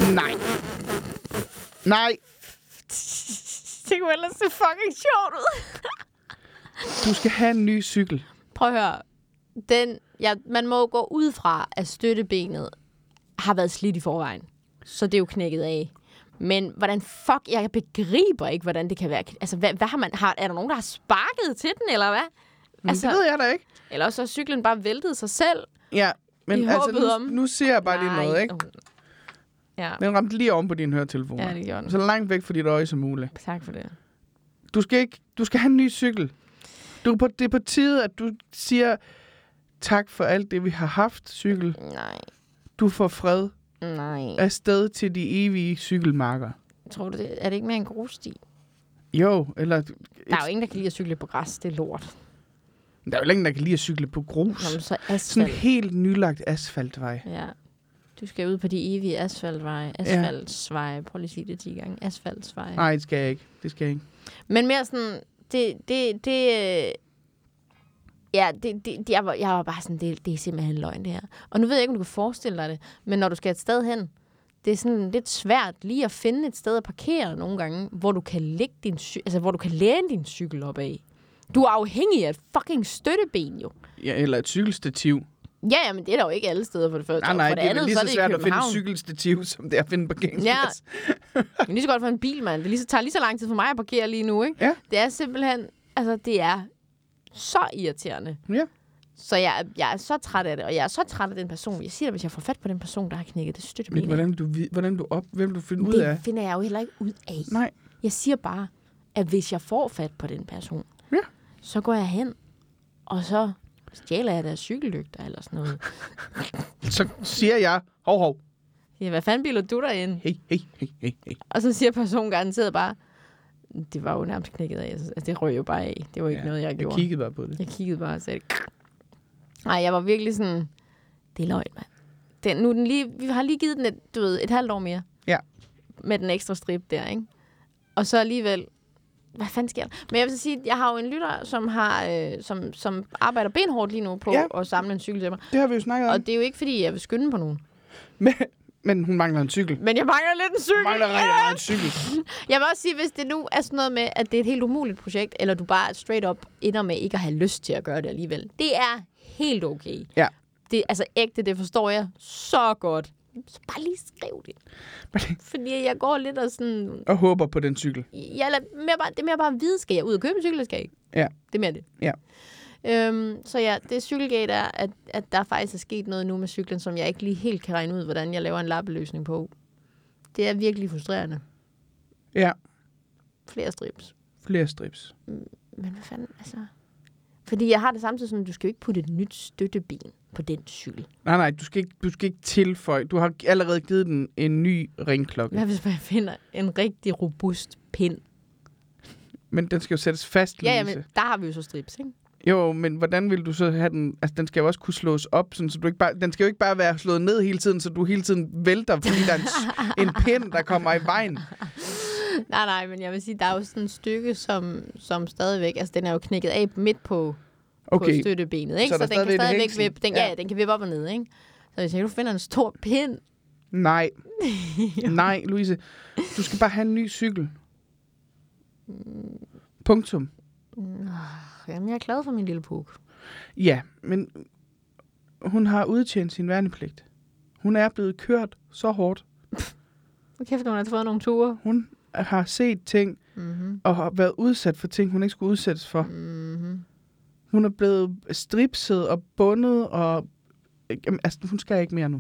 Nej. Det kunne ellers se fucking sjovt ud. Du skal have en ny cykel. Prøv at høre. Man må gå ud fra, at støttebenet har været slidt i forvejen. Så det er jo knækket af. Men hvordan jeg begriber ikke, hvordan det kan være. Altså, hvad har man... Er der nogen, der har sparket til den, eller hvad? Altså, det ved jeg da ikke. Eller så har cyklen bare væltet sig selv. Ja, men altså, nu ser jeg bare lige noget, ikke? Ja. Den ramte lige oven på din høretelefon. Ja, det gjorde den. Så langt væk fra dit øje som muligt. Tak for det. Du skal have en ny cykel. Det er på tide, at du siger, tak for alt det, vi har haft, cykel. Nej. Du får fred afsted til de evige cykelmarker. Tror du det? Er det ikke mere en grussti? Jo, eller... Der er jo ingen, der kan lide at cykle på græs. Det er lort. Der er jo ingen, der kan lide at cykle på grus. Jamen, så asfalt. Sådan en helt nylagt asfaltvej. Ja. Du skal ud på de evige asfaltveje. Asfaltsveje. Prøv lige at sige det 10 gange. Asfaltsveje. Nej, det skal jeg ikke. Det skal jeg ikke. Men mere sådan... Jeg var bare sådan, det er simpelthen løgn, det her. Og nu ved jeg ikke, om du kan forestille dig det, men når du skal et sted hen, det er sådan lidt svært lige at finde et sted at parkere nogle gange, hvor du kan lægge hvor du kan læne din cykel op af. Du er afhængig af et fucking støtteben, jo. Ja, eller et cykelstativ. Ja, men det er der jo ikke alle steder for det første. Nej, for det er andet, lige så svært at finde et cykelstativ, cykelstativ, som det er at finde parkeringsplads. Ja. Det er lige så godt for en bil, mand. Det tager lige så lang tid for mig at parkere lige nu, ikke? Ja. Det er simpelthen, altså det er så irriterende. Ja. Så jeg er så træt af det, og jeg er så træt af den person. Jeg siger, at hvis jeg får fat på den person, der har knækket det støtteben. Men hvem du finder ud af? Det finder jeg jo heller ikke ud af. Nej. Jeg siger bare, at hvis jeg får fat på den person, så går jeg hen, og så stjæler jeg deres cykellygter eller sådan noget. Så siger jeg, hov. Ja, hvad fanden biler du derinde? Hey. Og så siger personen garanteret bare, det var jo nærmest knækket af. Altså, det røg jo bare af. Det var ikke noget, jeg gjorde. Jeg kiggede bare på det. Jeg kiggede bare og sagde, nej, jeg var virkelig sådan, det er løgn, mand. Vi har lige givet den et halvt år mere. Ja. Med den ekstra strip der, ikke? Og så alligevel, hvad fanden sker der? Men jeg vil så sige, jeg har jo en lytter, som arbejder benhårdt lige nu på at samle en cykel til mig. Det har vi jo snakket om. Og det er jo ikke, fordi jeg vil skynde på nogen. Men hun mangler en cykel. Men jeg mangler lidt en cykel. Hun mangler rigtig meget en cykel. Jeg vil også sige, hvis det nu er sådan noget med, at det er et helt umuligt projekt, eller du bare straight up ender med ikke at have lyst til at gøre det alligevel. Det er helt okay. Ja. Det, altså ægte, det forstår jeg så godt. Så bare lige skriv det. Fordi jeg går lidt og sådan... Og håber på den cykel. Det er mere bare at vide, skal jeg ud og købe en cykel, eller skal jeg ikke? Ja. Det er mere det. Ja. Så ja, det cykelgate er, at der faktisk er sket noget nu med cyklen, som jeg ikke lige helt kan regne ud, hvordan jeg laver en lappeløsning på. Det er virkelig frustrerende. Ja. Flere strips. Men hvad fanden, altså... Fordi jeg har det samtidig sådan, du skal jo ikke putte et nyt støtteben på den cykel. Nej, du skal ikke tilføje. Du har allerede givet den en ny ringklokke. Hvad hvis man finder en rigtig robust pind? Men den skal jo sættes fast, Louise. Ja, men der har vi jo så strips, ikke? Jo, men hvordan vil du så have den? Altså, den skal jo også kunne slås op, sådan, så du ikke bare... Den skal jo ikke bare være slået ned hele tiden, så du hele tiden vælter, fordi der er en pind, der kommer i vejen. Nej, men jeg vil sige, der er jo sådan et stykke, som stadigvæk... Altså, den er jo knækket af midt på støttebenet, ikke? Så den kan stadigvæk vippe... Den kan vippe op og ned, ikke? Så hvis du finder en stor pind... Nej. Nej, Louise. Du skal bare have en ny cykel. Punktum. Jamen, jeg er glad for min lille puk. Ja, men hun har udtjent sin værnepligt. Hun er blevet kørt så hårdt. Okay, for hun har fået nogle ture. Hun har set ting, og har været udsat for ting, hun ikke skulle udsættes for. Hun er blevet stripset og bundet, og altså, hun skal ikke mere nu.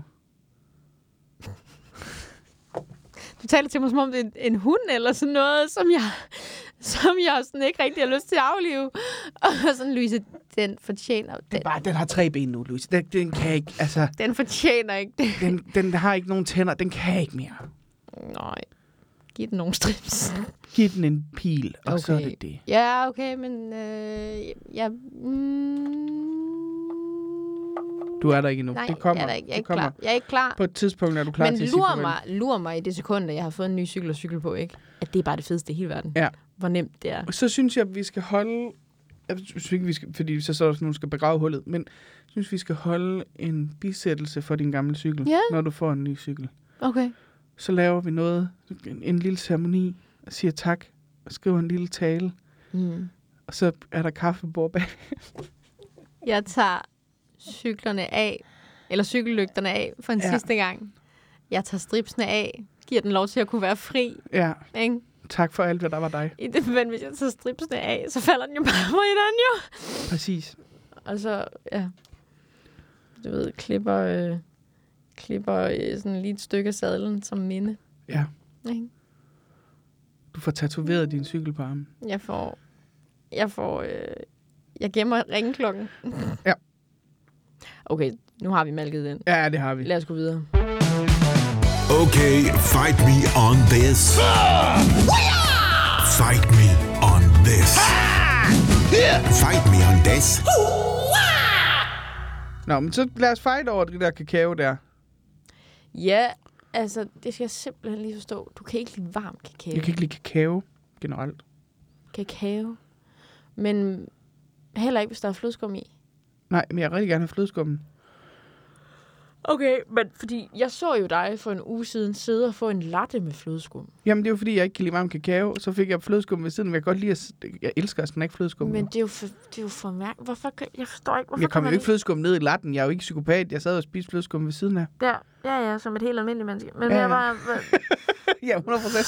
Du taler til mig, som om det er en hund eller sådan noget, som jeg sådan ikke rigtig har lyst til at aflive. Og sådan, Louise, den fortjener... Den har 3 ben nu, Louise. Den kan ikke, altså... Den fortjener ikke det. Den har ikke nogen tænder. Den kan ikke mere. Nej. Giv den nogle strips. Giv den en pil, og så er det det. Ja, okay, men... Du er der ikke endnu. Nej, det kommer. Jeg er ikke klar. På et tidspunkt er du klar til at sige farvel. Men lur mig i det sekund, at jeg har fået en ny cykel og cykel på, ikke? At det er bare det fedeste i hele verden. Ja. Hvor nemt det er. Så synes jeg, at vi skal holde... Jeg synes ikke, vi skal, fordi så er der nogen, der skal begrave hullet. Men jeg synes, vi skal holde en bisættelse for din gamle cykel, når du får en ny cykel. Okay. Så laver vi noget, en lille ceremoni, og siger tak, og skriver en lille tale. Og så er der kaffebord bag. Jeg tager cyklerne af, eller cykellygterne af for en sidste gang. Jeg tager stripsene af, giver den lov til at kunne være fri. Ja. Ikke? Tak for alt, hvad der var dig. Men hvis jeg tager stripsene af, så falder den jo bare på hinanden, jo. Præcis. Og så, du ved, klipper sådan lige et stykke af sadlen som minde. Ja. Ikke? Du får tatoveret din cykel på armen. Jeg gemmer ringeklokken. Ja. Okay, nu har vi malket den. Ja, det har vi. Lad os gå videre. Okay, fight me on this. Fight me on this. Fight me on this. Nå, men så lad os fight over det der kakao der. Ja, altså, det skal jeg simpelthen lige forstå. Du kan ikke lide varm kakao. Jeg kan ikke lide kakao generelt. Kakao. Men heller ikke, hvis der er flødeskum i. Nej, men jeg vil rigtig gerne have flødeskummen. Okay, men fordi jeg så jo dig for en uge siden sidde og få en latte med flødeskum. Jamen, det er jo fordi, jeg ikke kan lide varm kakao. Så fik jeg flødeskum ved siden, men jeg kan godt lide jeg elsker at snakke flødeskum. Men det er jo for mærkeligt. Hvorfor jeg forstår ikke, hvorfor jeg kom jo ikke flødeskum ned i latten. Jeg er jo ikke psykopat. Jeg sad og spiste flødeskum ved siden af. Ja, som et helt almindeligt menneske. Men ja. jeg bare... Ja,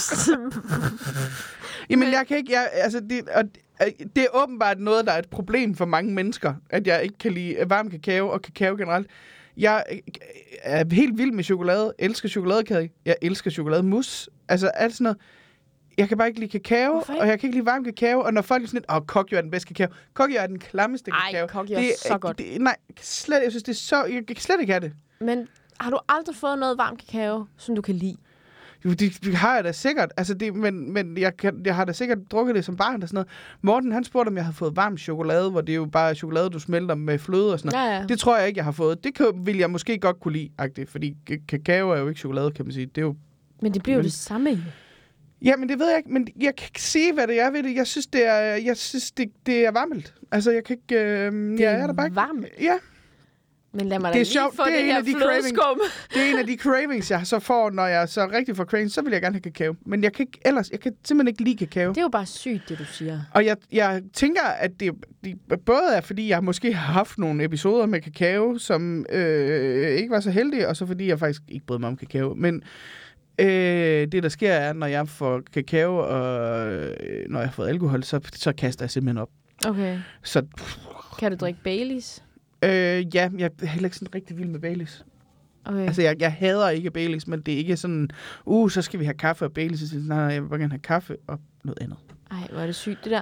100%. Jamen, jeg kan ikke... det er åbenbart noget, der er et problem for mange mennesker, at jeg ikke kan lide varm kakao og kakao generelt. Jeg er helt vild med chokolade. Elsker chokoladekage. Jeg elsker chokolademus. Altså, alt sådan noget. Jeg kan bare ikke lide kakao, og jeg kan ikke lide varm kakao. Og når folk er sådan lidt, Kokyo er den bedste kakao. Kokyo er den klammeste kakao. Ej, Kokyo er så godt. Nej, slet, jeg synes, det er så... Jeg kan slet ikke have det. Men har du aldrig fået noget varm kakao, som du kan lide? Jo, det har jeg da sikkert. Altså, men jeg har da sikkert drukket det som barn og sådan noget. Morten, han spurgte, om jeg havde fået varm chokolade, hvor det er jo bare chokolade, du smelter med fløde og sådan noget. Ja. Det tror jeg ikke, jeg har fået. Det vil jeg måske godt kunne lide, fordi kakao er jo ikke chokolade, kan man sige. Det er jo... Men det bliver jo det samme, jo. Ja, men det ved jeg ikke. Men jeg kan ikke sige, hvad det er ved det. Jeg synes, det er varmt. Altså, jeg kan ikke... det er bare ikke... varmt? Ja. Men lad mig da lige få det her flødeskum. Det er en af de cravings, jeg så får, når jeg så rigtig får cravings, så vil jeg gerne have kakao. Men jeg kan simpelthen ikke lide kakao. Det er jo bare sygt, det du siger. Og jeg tænker, at det både er, fordi jeg måske har haft nogle episoder med kakao, som ikke var så heldige, og så fordi jeg faktisk ikke brød mig om kakao. Men det, der sker, er, når jeg får kakao, og når jeg har fået alkohol, så kaster jeg simpelthen op. Okay. Så... Kan du drikke Baileys? Ja, jeg er heller ikke sådan rigtig vild med Baileys. Okay. Altså, jeg hader ikke Baileys, men det er ikke sådan, så skal vi have kaffe og Baileys. Nej, jeg vil bare gerne have kaffe og noget andet. Ej, hvor er det sygt, det der.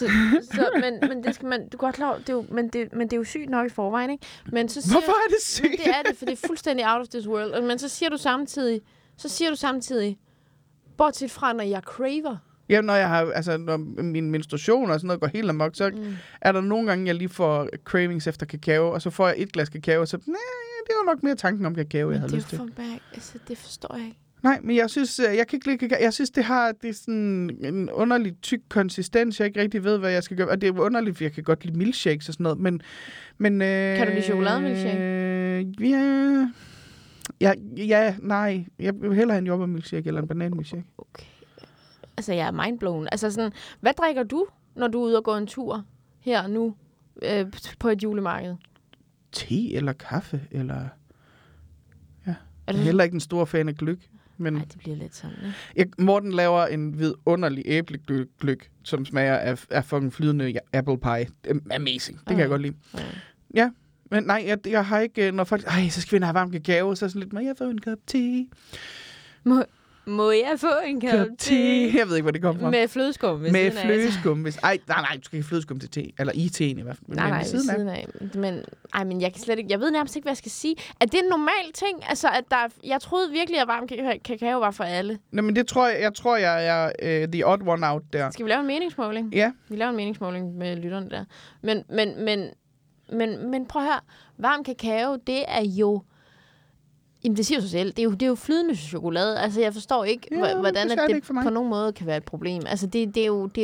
Men det skal man... Du er godt klar, men det er jo sygt nok i forvejen, ikke? Men så hvorfor er det sygt? Det er det, for det er fuldstændig out of this world. Men så siger du samtidig, bortset fra, når jeg craver. Ja, når min menstruation og sådan noget går helt amok, så er der nogle gange, jeg lige får cravings efter kakao, og så får jeg et glas kakao, og så, det var nok mere tanken om kakao, jeg havde lyst til. Det forstår jeg ikke. Nej, men jeg synes, jeg kan ikke lide kakao. Jeg synes, det er sådan en underlig tyk konsistens, jeg ikke rigtig ved, hvad jeg skal gøre. Og det er underligt, for jeg kan godt lide milkshakes og sådan noget, men kan du lide chokolademilkshake? Ja, nej. Jeg vil hellere have en jordbærmilkshake eller en bananmilkshake. Okay. Altså, jeg er mindblown. Altså sådan, hvad drikker du, når du er ude og gå en tur her og nu på et julemarked? Te eller kaffe, eller... Ja. Jeg er heller ikke en stor fan af gløgg. Men nej, det bliver lidt sådan, ikke? Morten laver en vidunderlig æblegløgg, som smager af fucking flydende apple pie. Amazing. Det kan jeg godt lide. Ja. Men nej, jeg har ikke... Når folk... så skal vi have varm kakao, så er sådan lidt... Må jeg få en kop te? Må jeg få en kop te? Jeg ved ikke, hvor det kommer fra. Med flødeskum. Med flødeskum. Nej, du skal ikke flødeskum til te. Eller i teen i hvert fald. Nej, ved siden af. Men jeg kan slet ikke... Jeg ved nærmest ikke, hvad jeg skal sige. Er det en normal ting? Altså, at jeg troede virkelig, at varm kakao var for alle. Nej, men det tror jeg er the odd one out der. Skal vi lave en meningsmåling? Ja. Vi laver en meningsmåling med lytterne der. Men prøv at høre. Varm kakao, det er jo... Jamen, det siger sig selv. Det er jo flydende chokolade. Altså, jeg forstår ikke, hvordan det på nogen måde kan være et problem. Altså, det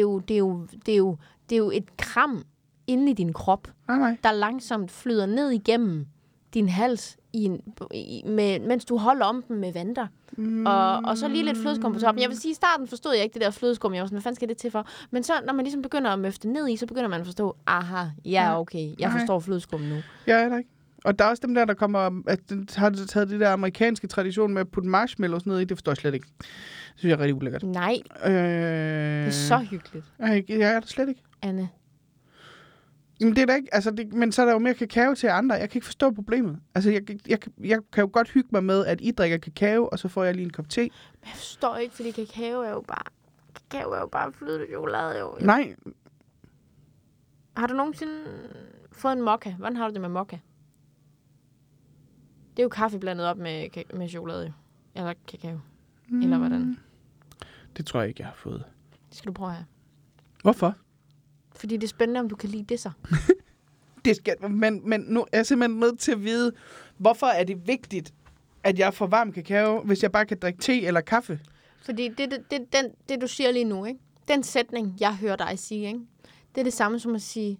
er jo et kram inde i din krop, der langsomt flyder ned igennem din hals, mens du holder om den med vanter. Og så lige lidt flødeskum på toppen. Jeg vil sige, i starten forstod jeg ikke det der flødeskum. Jeg var sådan, hvad fanden skal det til for? Men så, når man ligesom begynder at møfte ned i, så begynder man at forstå, okay, jeg forstår flødeskum nu. Ja, det er ikke. Og der er også dem der kommer, at har taget det der amerikanske tradition med at putte marshmallows ned i. Det forstår jeg slet ikke. Det synes jeg er rigtig ulækkert. Nej. Det er så hyggeligt. Ja, er det slet ikke. Anne. Men det er da ikke, altså men så er der jo mere kakao til andre. Jeg kan ikke forstå problemet. Altså, jeg kan jo godt hygge mig med, at I drikker kakao, og så får jeg lige en kop te. Men jeg forstår ikke, fordi kakao er jo bare flydende chokolade, jo. Nej. Har du nogensinde fået en mokka? Hvordan har du det med mokka? Det er jo kaffe blandet op med chokolade. Eller kakao. Eller hvordan? Det tror jeg ikke, jeg har fået. Det skal du prøve her. Hvorfor? Fordi det er spændende, om du kan lide det så. Det skal, men nu er jeg simpelthen nødt til at vide, hvorfor er det vigtigt, at jeg får varm kakao, hvis jeg bare kan drikke te eller kaffe? Fordi det du siger lige nu, ikke? Den sætning, jeg hører dig sige, ikke? Det er det samme som at sige,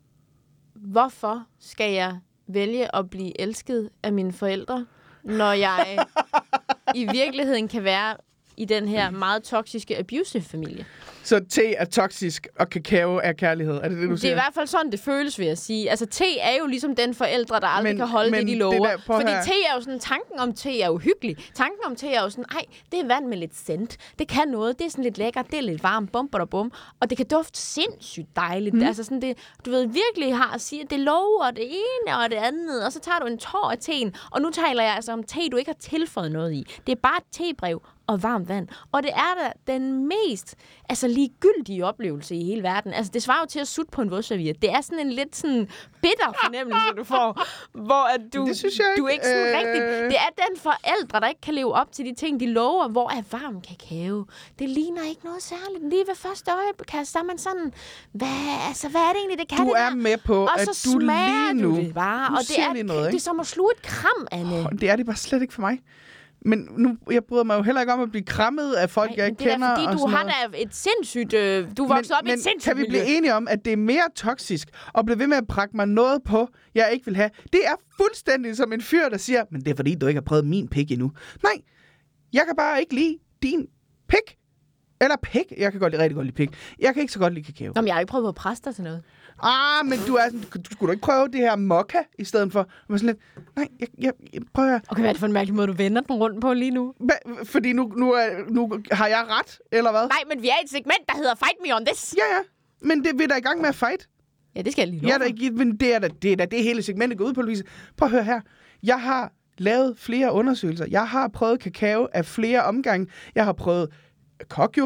hvorfor skal jeg vælge at blive elsket af mine forældre, når jeg i virkeligheden kan være i den her meget toksiske, abusive familie. Så te er toksisk, og kakao er kærlighed. Er det det, du siger? Det er i hvert fald sådan, det føles, vil jeg sige. Altså, te er jo ligesom den forældre, der aldrig kan holde det, de lover. Fordi te er jo sådan, tanken om te er uhyggelig. Tanken om te er jo sådan, det er vand med lidt scent. Det kan noget. Det er sådan lidt lækkert. Det er lidt varmt. Bum, bum, bum. Og det kan dufte sindssygt dejligt. Altså sådan det, du ved, virkelig har at sige, at det lover det ene og det andet. Og så tager du en tår af teen. Og nu taler jeg altså om te, du ikke har tilføjet noget i. Det er bare et tebrev og varmt vand. Og det er da den mest ligegyldige oplevelse i hele verden. Altså, det svarer jo til at sutte på en vådserviet. Det er sådan en lidt sådan bitter fornemmelse, du får, hvor at du ikke sådan rigtigt... Det er den forældre, der ikke kan leve op til de ting, de lover, hvor er varm kakao. Det ligner ikke noget særligt. Lige ved første øjekast, der er man sådan, hvad er det egentlig, det kan du det er der? med på, og at så du smager lige nu... du det bare. Og det er som at sluge et kram, Anne. Det er det bare slet ikke for mig. Men nu, jeg bryder mig jo heller ikke om at blive krammet af folk, jeg ikke kender. Det er fordi, du har da et sindssygt... Du voksede op i et sindssygt kan vi blive enige om, at det er mere toksisk at blive ved med at prakke mig noget på, jeg ikke vil have? Det er fuldstændig som en fyr, der siger, men det er fordi, du ikke har prøvet min pik endnu. Nej, jeg kan bare ikke lide din pik. Eller pik. Jeg kan rigtig godt lide pik. Jeg kan ikke så godt lide kakao. Nå, men jeg har ikke prøvet at presse dig til noget. Men du skulle da ikke prøve det her mokka i stedet for? Jeg sådan lidt, nej, jeg prøver... Okay, hvad er det for en mærkelig måde, du vender den rundt på lige nu? Fordi nu har jeg ret, eller hvad? Nej, men vi er i et segment, der hedder Fight Me On This. Ja, men det vil der i gang med at fight. Ja, det skal jeg lige love. Men det er det hele segmentet går ud på, Louise. Prøv at høre her. Jeg har lavet flere undersøgelser. Jeg har prøvet kakao af flere omgange. Jeg har prøvet kokjo,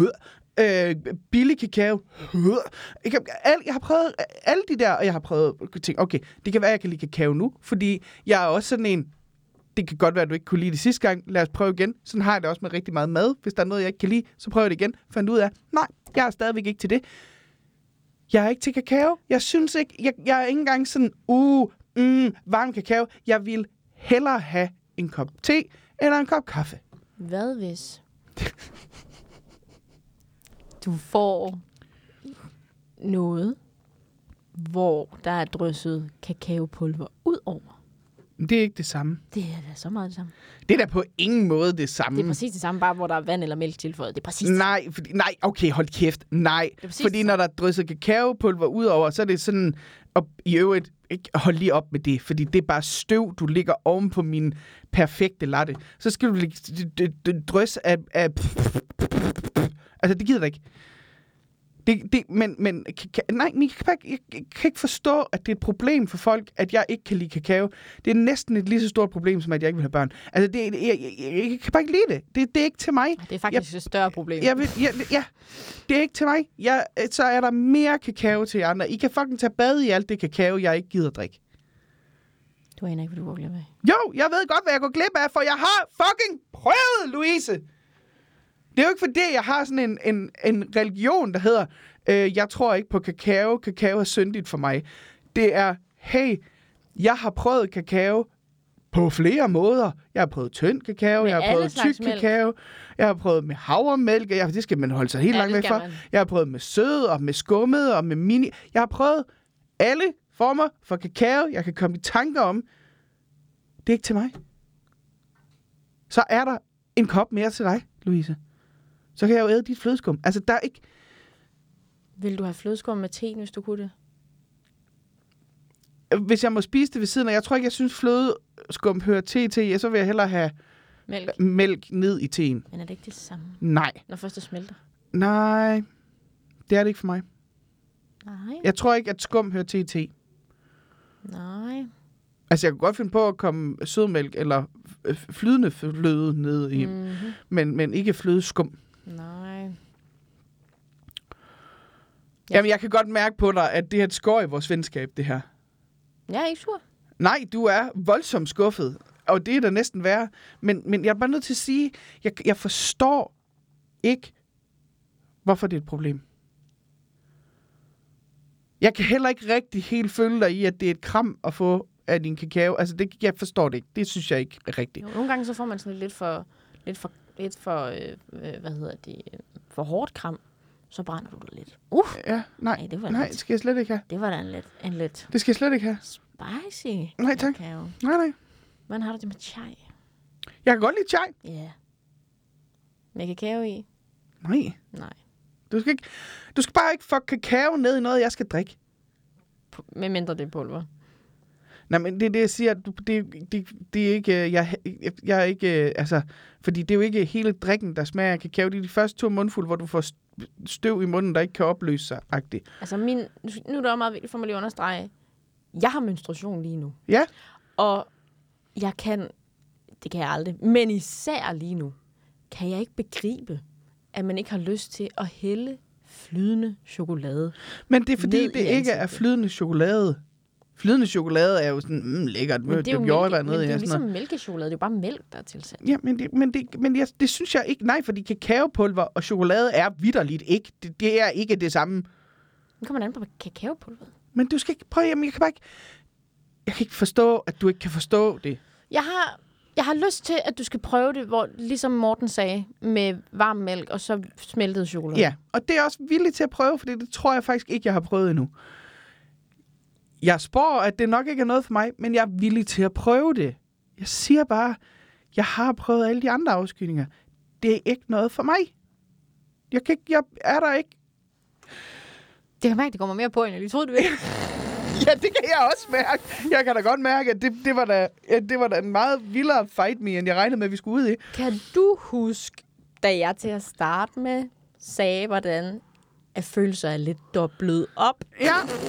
billig kakao. Jeg har prøvet alle de der, og jeg har prøvet ting. Okay, det kan være, jeg kan lide kakao nu, fordi jeg er også sådan en, det kan godt være, at du ikke kunne lide det sidste gang. Lad os prøve igen. Sådan har jeg det også med rigtig meget mad. Hvis der er noget, jeg ikke kan lide, så prøver jeg det igen. Fandt ud af, nej, jeg er stadigvæk ikke til det. Jeg er ikke til kakao. Jeg synes ikke, jeg er ikke engang sådan, varm kakao. Jeg vil hellere have en kop te eller en kop kaffe. Hvad hvis du får noget, hvor der er drysset kakaopulver ud over? Det er ikke det samme. Det er da så meget det samme. Det er da på ingen måde det samme. Det er præcis det samme, bare hvor der er vand eller mælk tilføjet. Det er præcis Nej, okay, hold kæft. Nej, fordi når der er drysset kakaopulver ud over, så er det sådan, og i øvrigt, ikke hold lige op med det, fordi det er bare støv, du ligger oven på min perfekte latte. Så skal du lægge drys af... Altså, det gider jeg ikke. Men jeg kan ikke forstå, at det er et problem for folk, at jeg ikke kan lide kakao. Det er næsten et lige så stort problem, som at jeg ikke vil have børn. Altså, jeg kan bare ikke lide det. Det er ikke til mig. Det er faktisk et større problem. Det er ikke til mig. Så er der mere kakao til andre. I kan fucking tage bad i alt det kakao, jeg ikke gider drikke. Du aner ikke, hvad du går glip af. Jo, jeg ved godt, hvad jeg går glip af, for jeg har fucking prøvet, Louise. Det er jo ikke fordi, jeg har sådan en religion, der hedder, jeg tror ikke på kakao. Kakao er syndigt for mig. Det er, hey, jeg har prøvet kakao på flere måder. Jeg har prøvet tynd kakao, jeg har prøvet tyk kakao, jeg har prøvet med havremælk, det skal man holde sig helt langt væk fra. Jeg har prøvet med sød og med skummet og med mini. Jeg har prøvet alle former for kakao, jeg kan komme i tanker om. Det er ikke til mig. Så er der en kop mere til dig, Louise. Så kan jeg jo æde dit flødeskum. Altså, der er ikke... Vil du have flødeskum med te, hvis du kunne det? Hvis jeg må spise det ved siden af... Jeg tror ikke, jeg synes, flødeskum hører te, så vil jeg hellere have mælk ned i teen. Men er det ikke det samme? Nej. Når først det smelter? Nej. Det er det ikke for mig. Nej. Jeg tror ikke, at skum hører til i te. Nej. Altså, jeg kan godt finde på at komme sødmælk eller flydende fløde ned i, men ikke flødeskum. Nej. Jamen, jeg kan godt mærke på dig, at det er et skår i vores venskab, det her. Jeg er ikke sur. Nej, du er voldsomt skuffet. Og det er da næsten værre. Men jeg er bare nødt til at sige, jeg forstår ikke, hvorfor det er et problem. Jeg kan heller ikke rigtig helt følge dig i, at det er et kram at få af din kakao. Altså, jeg forstår det ikke. Det synes jeg ikke er rigtigt. Jo, nogle gange så får man sådan lidt for for hårdt kram. Så brænder du det lidt. Ja, nej, det var det skal jeg slet ikke have. Det var da en lidt Det skal jeg slet ikke have. spicy Nej, tak. kakao. Nej. Hvordan har du det med chai? Jeg kan godt lide chai. Ja. Yeah. Med kakao i? Nej. Du skal bare ikke få kakao ned i noget, jeg skal drikke. Med mindre det er pulver. Nej, men det er det, jeg siger. Det er ikke... Jeg er ikke... Altså, fordi det er jo ikke hele drikken, der smager af kakao. Det er de første 2 mundfulde, hvor du får støv i munden, der ikke kan opløse sig. -agtigt. Altså, nu er det også meget vigtigt for mig lige at understrege. Jeg har menstruation lige nu. Ja. Og jeg kan... Det kan jeg aldrig. Men især lige nu, kan jeg ikke begribe, at man ikke har lyst til at hælde flydende chokolade. Men det er fordi, det ikke er flydende chokolade. Flydende chokolade er jo sådan, lækkert. Men det er jo ligesom mælkechokolade. Det er jo bare mælk, der er tilsat. Ja, men det synes jeg ikke. Nej, fordi kakaopulver og chokolade er vitterligt ikke. Det er ikke det samme. Nu kommer man an på kakaopulveret. Men du skal ikke prøve. Jamen, jeg kan ikke forstå, at du ikke kan forstå det. Jeg har lyst til, at du skal prøve det, hvor, ligesom Morten sagde, med varm mælk og så smeltet chokolade. Ja, og det er også villig til at prøve, for det tror jeg faktisk ikke, jeg har prøvet endnu. Jeg spår, at det nok ikke er noget for mig, men jeg er villig til at prøve det. Jeg siger bare, jeg har prøvet alle de andre afskydninger. Det er ikke noget for mig. Jeg er der ikke. Det kan mærke, det kommer mere på, end jeg lige troede, det ville. Ja, det kan jeg også mærke. Jeg kan da godt mærke, at det var da en meget vildere fight me, end jeg regnede med, at vi skulle ud i. Kan du huske, da jeg til at starte med sagde, hvordan at følelser er lidt dobblet op? Ja.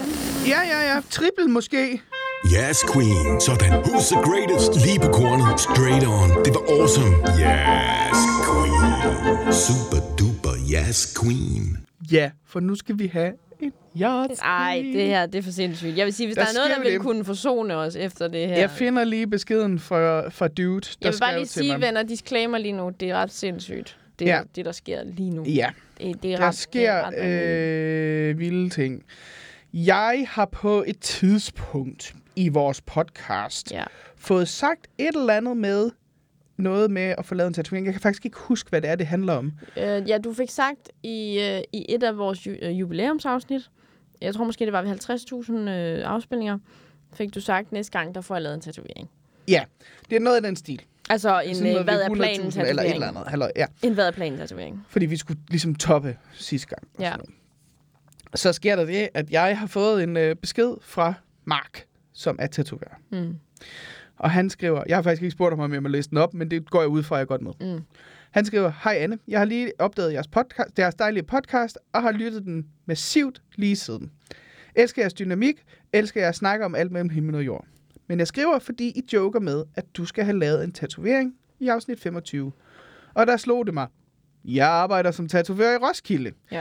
Trippel måske. Yes, queen. Sådan. Who's the greatest? Lige på kornet. Straight on. Det var awesome. Yes, queen. Super duper yes, queen. Ja, for nu skal vi have en yacht. Nej, det her, det er for sindssygt. Jeg vil sige, hvis der er noget, der vil kunne forsone os efter det her. Jeg finder lige beskeden fra Dude, der jeg vil bare lige sige, mig. venner, disclaimer lige nu. Det er ret sindssygt. Det er det, der sker lige nu. Ja, der sker vilde ting. Jeg har på et tidspunkt i vores podcast fået sagt et eller andet med noget med at få lavet en tatovering. Jeg kan faktisk ikke huske, hvad det er, det handler om. Ja, du fik sagt i et af vores jubilæumsafsnit, jeg tror måske, det var ved 50.000 afspilninger, fik du sagt, næste gang, der får jeg lavet en tatovering. Ja, det er noget af den stil. Altså en hvad er planen tatovering? Eller et eller andet. Halløj, ja. En hvad er planen tatovering? Fordi vi skulle ligesom toppe sidste gang. Ja. Så sker der det, at jeg har fået en besked fra Mark, som er tatoverer. Mm. Og han skriver, jeg har faktisk ikke spurgt ham, om jeg må læse den op, men det går jeg ud fra, jeg godt med. Mm. Han skriver, hej Anne, jeg har lige opdaget jeres dejlige podcast, og har lyttet den massivt lige siden. Elsker jeres dynamik, elsker jeg at snakke om alt mellem himmel og jord. Men jeg skriver, fordi I joker med, at du skal have lavet en tatovering i afsnit 25. Og der slog det mig. Jeg arbejder som tatoverer i Roskilde. Ja.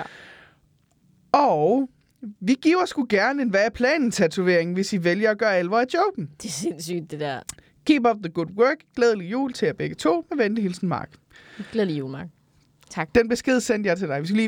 Og vi giver sgu gerne en hvad er planen-tatovering, hvis I vælger at gøre alvor af joken. Det er sindssygt, det der. Keep up the good work. Glædelig jul til jer begge to. Med venlig hilsen, Mark. Glædelig jul, Mark. Tak. Den besked sendte jeg til dig. Vi skal lige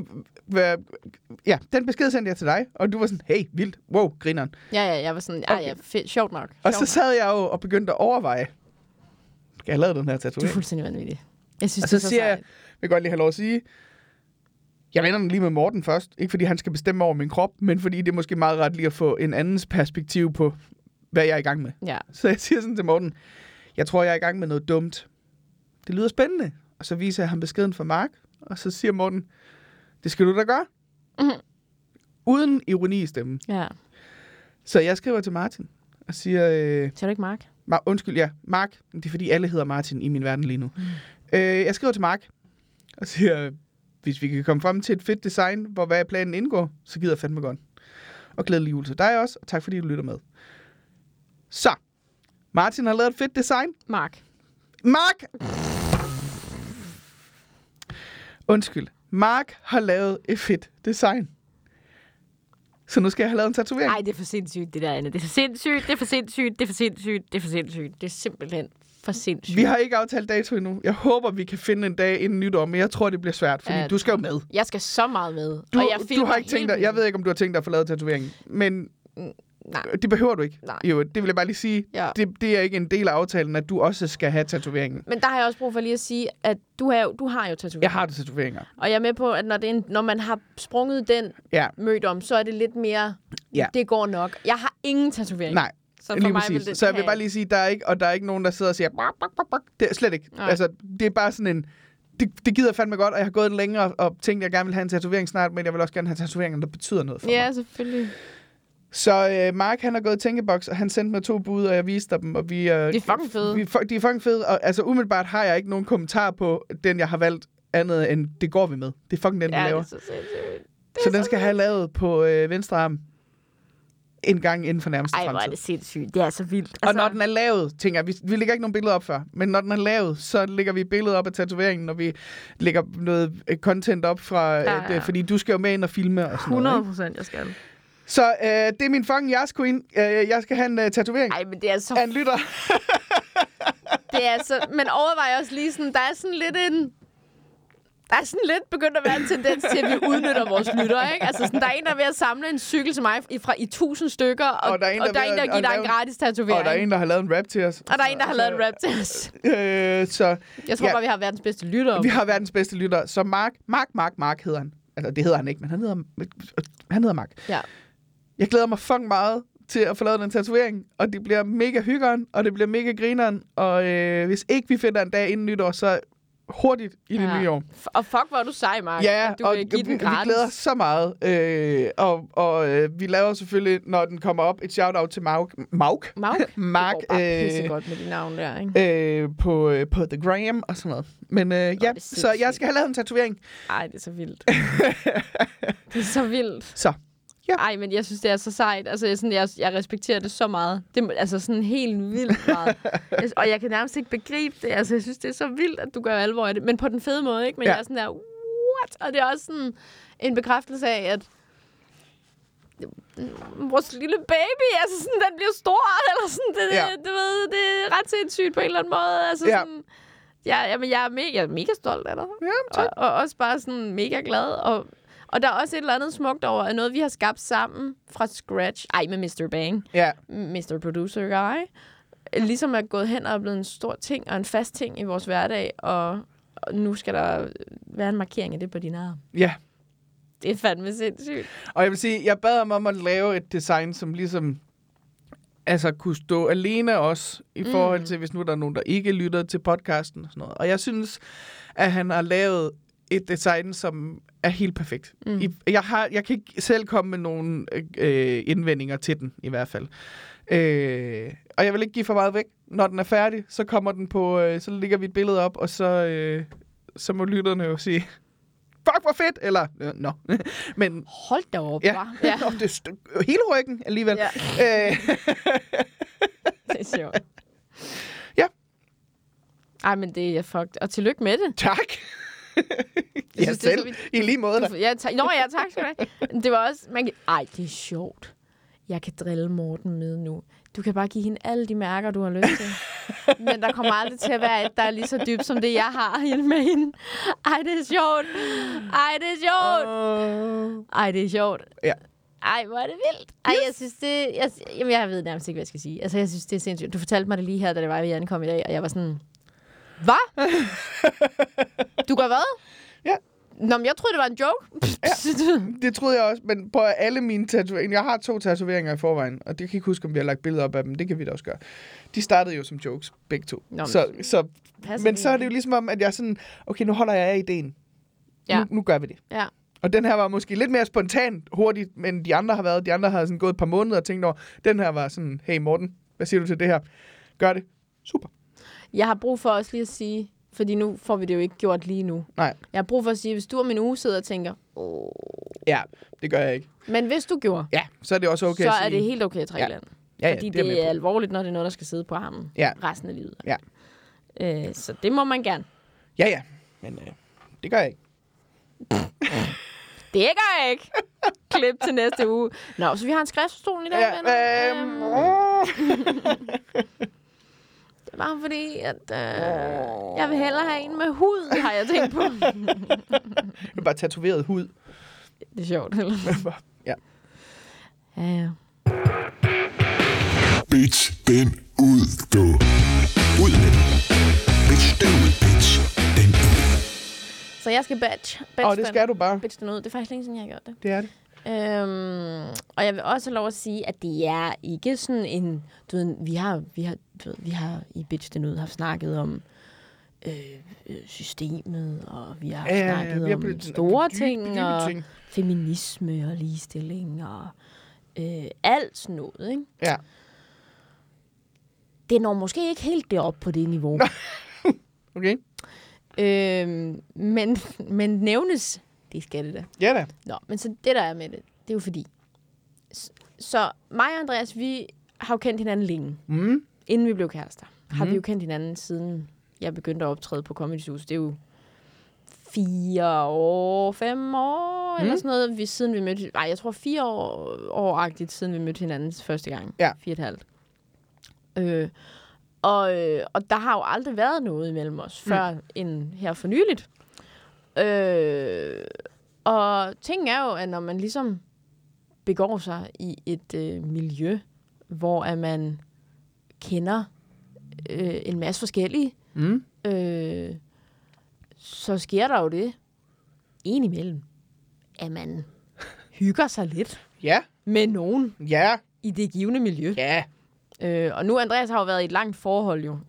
ja, den besked sendte jeg til dig, og du var sådan, hey, vildt, wow, grineren. Ja, jeg var sådan, okay. Fedt, sjovt nok. Og så sad jeg jo og begyndte at overveje, skal jeg lave den her tatovering? Du er fuldstændig vanvittig. Jeg synes, og så siger jeg vil godt lige have lov at sige, jeg vender den lige med Morten først. Ikke fordi han skal bestemme over min krop, men fordi det er måske meget ret lige at få en andens perspektiv på, hvad jeg er i gang med. Ja. Så jeg siger sådan til Morten, jeg tror, jeg er i gang med noget dumt. Det lyder spændende. Og så viser jeg ham beskeden fra Mark, og så siger Morten, det skal du da gøre. Mm-hmm. Uden ironi i stemmen. Ja. Så jeg skriver til Martin og siger... Siger du ikke Mark? Undskyld, ja. Mark. Det er fordi, alle hedder Martin i min verden lige nu. Jeg skriver til Mark og siger, hvis vi kan komme frem til et fedt design, hvor hvad planen indgår, så gider jeg fandme godt. Og glædelig jul til dig også, og tak fordi du lytter med. Så. Martin har lavet et fedt design. Mark. Undskyld. Mark har lavet et fedt design. Så nu skal jeg have lavet en tatovering. Nej, det er for sindssygt, det der, Anne. Det er for sindssygt, det er for sindssygt, det er for sindssygt, det er for sindssygt. Det er simpelthen for sindssygt. Vi har ikke aftalt dato endnu. Jeg håber, vi kan finde en dag inden nytår, men jeg tror, det bliver svært, fordi du skal jo med. Jeg skal så meget med. Du har ikke tænkt dig, jeg ved ikke, om du har tænkt dig at få lavet tatoveringen, men nej. Det behøver du ikke. Nej. Jo, det vil jeg bare lige sige. Ja. Det er ikke en del af aftalen, at du også skal have tatoveringen. Men der har jeg også brug for lige at sige, at du har jo tatoveringer. Jeg har tatoveringer. Og jeg er med på, at når man har sprunget den mødt om, så er det lidt mere, det går nok. Jeg har ingen tatoveringer. Nej. Så lige præcis. Så jeg vil bare lige sige, der er ikke nogen, der sidder og siger, det er slet ikke. Nej. Altså, det er bare sådan en, det gider fandme godt, og jeg har gået længere og tænkt, at jeg gerne vil have en tatovering snart, men jeg vil også gerne have tatoveringer, der betyder noget for mig. Ja, selvfølgelig. Så Mark, han har gået i tænkeboks, og han sendte mig 2 bud, og jeg viste dem, og vi er... De er fucking fede. De er fucking fede, og altså umiddelbart har jeg ikke nogen kommentar på den, jeg har valgt, andet end det går vi med. Det er fucking den, vi laver. Det er så sindssygt. Så den skal have lavet på venstre arm en gang inden for nærmeste fremtid. Ej, hvor er det sindssygt. Det er så vildt. Altså... Og når den er lavet, tænker jeg, vi lægger ikke nogen billeder op før, men når den er lavet, så lægger vi billeder op af tatoveringen, og vi lægger noget content op fra, fordi du skal jo med ind og filme og sådan noget. 100% jeg skal. Så det er min fucking Yas Queen. Jeg skal have en tatovering. Ej, men det er så... Af en lytter. Det er så... Men overvej også lige sådan, der er sådan lidt begyndt at være en tendens til, at vi udnytter vores lytter, ikke? Altså sådan, der er en, der er ved at samle en cykel til mig i 1000 stykker, og der er en, der giver dig en gratis tatovering. Og der er en, der har lavet en rap til os. Og der er en, der har lavet en rap til os. Så, jeg tror bare, vi har verdens bedste lytter. Vi har verdens bedste lytter. Så Mark hedder han. Altså, det hedder han ikke, men han hedder Mark. Ja. Jeg glæder mig fucking meget til at få lavet den tatovering, og det bliver mega hyggeren, og det bliver mega grineren, og hvis ikke vi finder en dag inden nytår, så hurtigt i det nye år. Og fuck, hvor er du sej, Mark. Ja, du og give den vi glæder så meget. Og vi laver selvfølgelig, når den kommer op, et shout-out til Mark. Mark? Mark. Det går bare pissegodt med de navn der, ikke? På The Gram og sådan noget. Men så jeg skal have lavet en tatovering. Ej, det er så vildt. Det er så vildt. Så. Ja. Ej, men jeg synes, det er så sejt. Altså, jeg respekterer det så meget. Det, altså sådan helt vildt meget. Og jeg kan nærmest ikke begribe det. Altså, jeg synes, det er så vildt, at du gør alvor af det. Men på den fede måde, ikke? Men jeg er sådan der, what? Og det er også sådan en bekræftelse af, at vores lille baby, altså sådan, den bliver stor, eller sådan, du ved, det er ret sindssygt på en eller anden måde. Altså sådan, jeg er mega stolt af dig. Ja, tak. Og også bare sådan mega glad, og der er også et eller andet smukt over, at noget, vi har skabt sammen fra scratch. Ej, med Mr. Bang. Ja. Mr. Producer Guy. Ligesom er gået hen og er blevet en stor ting og en fast ting i vores hverdag. Og nu skal der være en markering af det på din arm. Ja. Det er fandme sindssygt. Og jeg vil sige, jeg bad ham om at lave et design, som ligesom kunne stå alene også, i forhold til, hvis nu der er nogen, der ikke lytter til podcasten og sådan noget. Og jeg synes, at han har lavet et design, som er helt perfekt. Jeg kan ikke selv komme med nogle indvendinger til den, i hvert fald. Og jeg vil ikke give for meget væk. Når den er færdig, så kommer den på, så lægger vi et billede op, og så må lytterne jo sige, fuck, hvor fedt! Eller, no. Men, hold da op, ja. Og det hele ryggen alligevel. Ja. Det er sjovt. Ja. Ej, men det er fucked. Og tillykke med det. Tak. Jeg selv. I lige måde. Tak skal du have. Det var også... det er sjovt. Jeg kan drille Morten med nu. Du kan bare give hende alle de mærker, du har lyst til. Men der kommer aldrig til at være et, der er lige så dybt, som det, jeg har med hende. Ej, det er sjovt. Ej, det er sjovt. Ja. Ej, hvor er det vildt. Ej, jeg synes det... Jeg ved nærmest ikke, hvad jeg skal sige. Altså, jeg synes, det er sindssygt. Du fortalte mig det lige her, da det var, vi ankom i dag, og jeg var sådan... Hvad? Du gør hvad? Ja. Nå, men jeg troede, det var en joke. Ja, det troede jeg også, men på alle mine tatoveringer... Jeg har 2 tatoveringer i forvejen, og det kan ikke huske, om vi har lagt billeder op af dem. Det kan vi da også gøre. De startede jo som jokes, begge 2. Nå, men så er det jo ligesom om, at jeg sådan... Okay, nu holder jeg af ideen. Ja. Nu gør vi det. Ja. Og den her var måske lidt mere spontant, hurtigt, men de andre har sådan gået et par måneder og tænkt over... Den her var sådan, hey Morten, hvad siger du til det her? Gør det. Super. Jeg har brug for også lige at sige... Fordi nu får vi det jo ikke gjort lige nu. Nej. Jeg har brug for at sige, hvis du om en uge sidder og tænker... Ja, det gør jeg ikke. Men hvis du gjorde... Ja, så er det også okay så at sige... er det helt okay at trække land. Ja, fordi det er alvorligt, når det er noget, der skal sidde på ham resten af livet. Ja. Så det må man gerne. Ja. Men det gør jeg ikke. Det gør jeg ikke. klip til næste uge. Nå, så vi har en skriftstol i dag, venner. Det er bare fordi, at jeg vil hellere have en med hud, har jeg tænkt på. Det er bare tatoveret hud. Det er sjovt, eller? Ja. Ja. Bitch, den ud, du. Ud med den. Bitch, den ud, bitch. Den ud. Så jeg skal batch det skal du bare. Bitch den ud. Det er faktisk længe siden, jeg har gjort det. Det er det. Og jeg vil også have lov at sige, at det er ikke sådan en... Du ved, vi har i Bitch den ud haft snakket om systemet, og vi har snakket om store ting, og feminisme og ligestilling, og alt sådan noget, ikke? Ja. Det når måske ikke helt derop på det niveau. Okay. Men nævnes, det skal det da. Ja da. Nå, men så det, der er med det, det er jo fordi... Så mig og Andreas, vi har jo kendt hinanden længe. Inden vi blev kærester. Har vi jo kendt hinanden siden jeg begyndte at optræde på Comedy Zoo. Det er jo 5 år, eller sådan noget, siden vi mødte... Nej, jeg tror 4 år-agtigt, siden vi mødte hinanden første gang. Ja. 4,5. Og der har jo aldrig været noget imellem os, før end her for nyligt. Og ting er jo, at når man ligesom begår sig i et miljø, hvor at man kender en masse forskellige, så sker der jo det indimellem, at man hygger sig lidt med nogen i det givne miljø. Ja. Og nu, Andreas har jo været i et langt forhold jo,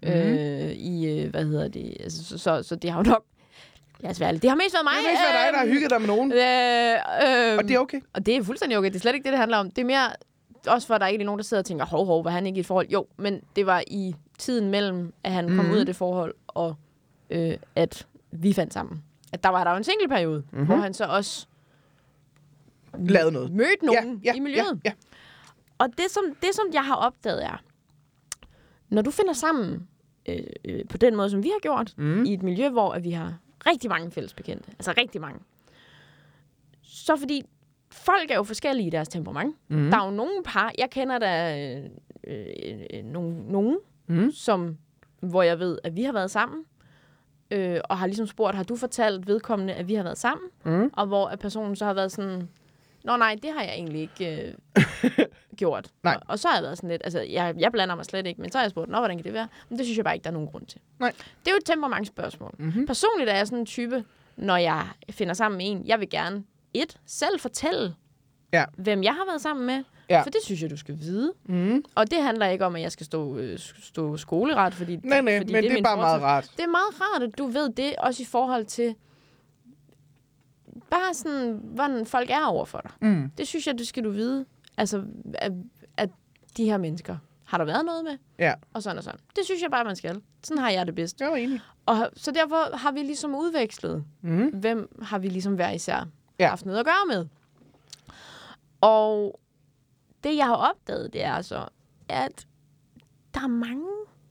altså, så det har jo nok, lad os være ærlig, det har mest været mig. Det har mest været dig, der har hygget dig med nogen. Og det er okay. Og det er fuldstændig okay, det er slet ikke det handler om. Det er mere, også for at der ikke er nogen, der sidder og tænker, hov, var han ikke i et forhold? Jo, men det var i tiden mellem, at han kom ud af det forhold, og at vi fandt sammen. At der var en singleperiode, hvor han så også lavede noget. Mødte nogen i miljøet. Ja. Og det, som jeg har opdaget, er, når du finder sammen på den måde, som vi har gjort, i et miljø, hvor at vi har rigtig mange fælles bekendte, altså rigtig mange, så fordi folk er jo forskellige i deres temperament. Der er jo nogle par, jeg kender der nogen, hvor jeg ved, at vi har været sammen, og har ligesom spurgt, har du fortalt vedkommende, at vi har været sammen? Og hvor at personen så har været sådan, nå nej, det har jeg egentlig ikke gjort. Og så har jeg været sådan lidt, altså jeg blander mig slet ikke, men så har jeg spurgt, nå, hvordan kan det være? Men det synes jeg bare ikke, der er nogen grund til. Nej. Det er jo et temperamentsspørgsmål. Personligt er jeg sådan en type, når jeg finder sammen med en, jeg vil gerne selv fortælle, hvem jeg har været sammen med. Ja. For det synes jeg, du skal vide. Og det handler ikke om, at jeg skal stå skoleret, fordi nej, fordi men det er bare meget rart. Det er meget rart, at du ved det, også i forhold til bare sådan, hvordan folk er over for dig. Det synes jeg, det skal du vide. Altså, at de her mennesker har der været noget med. Ja. Og sådan og sådan. Det synes jeg bare, man skal. Sådan har jeg det bedst. Jeg er enig. Og så derfor har vi ligesom udvekslet, hvem har vi ligesom hver især haft noget at gøre med. Og det, jeg har opdaget, det er så, at der er mange,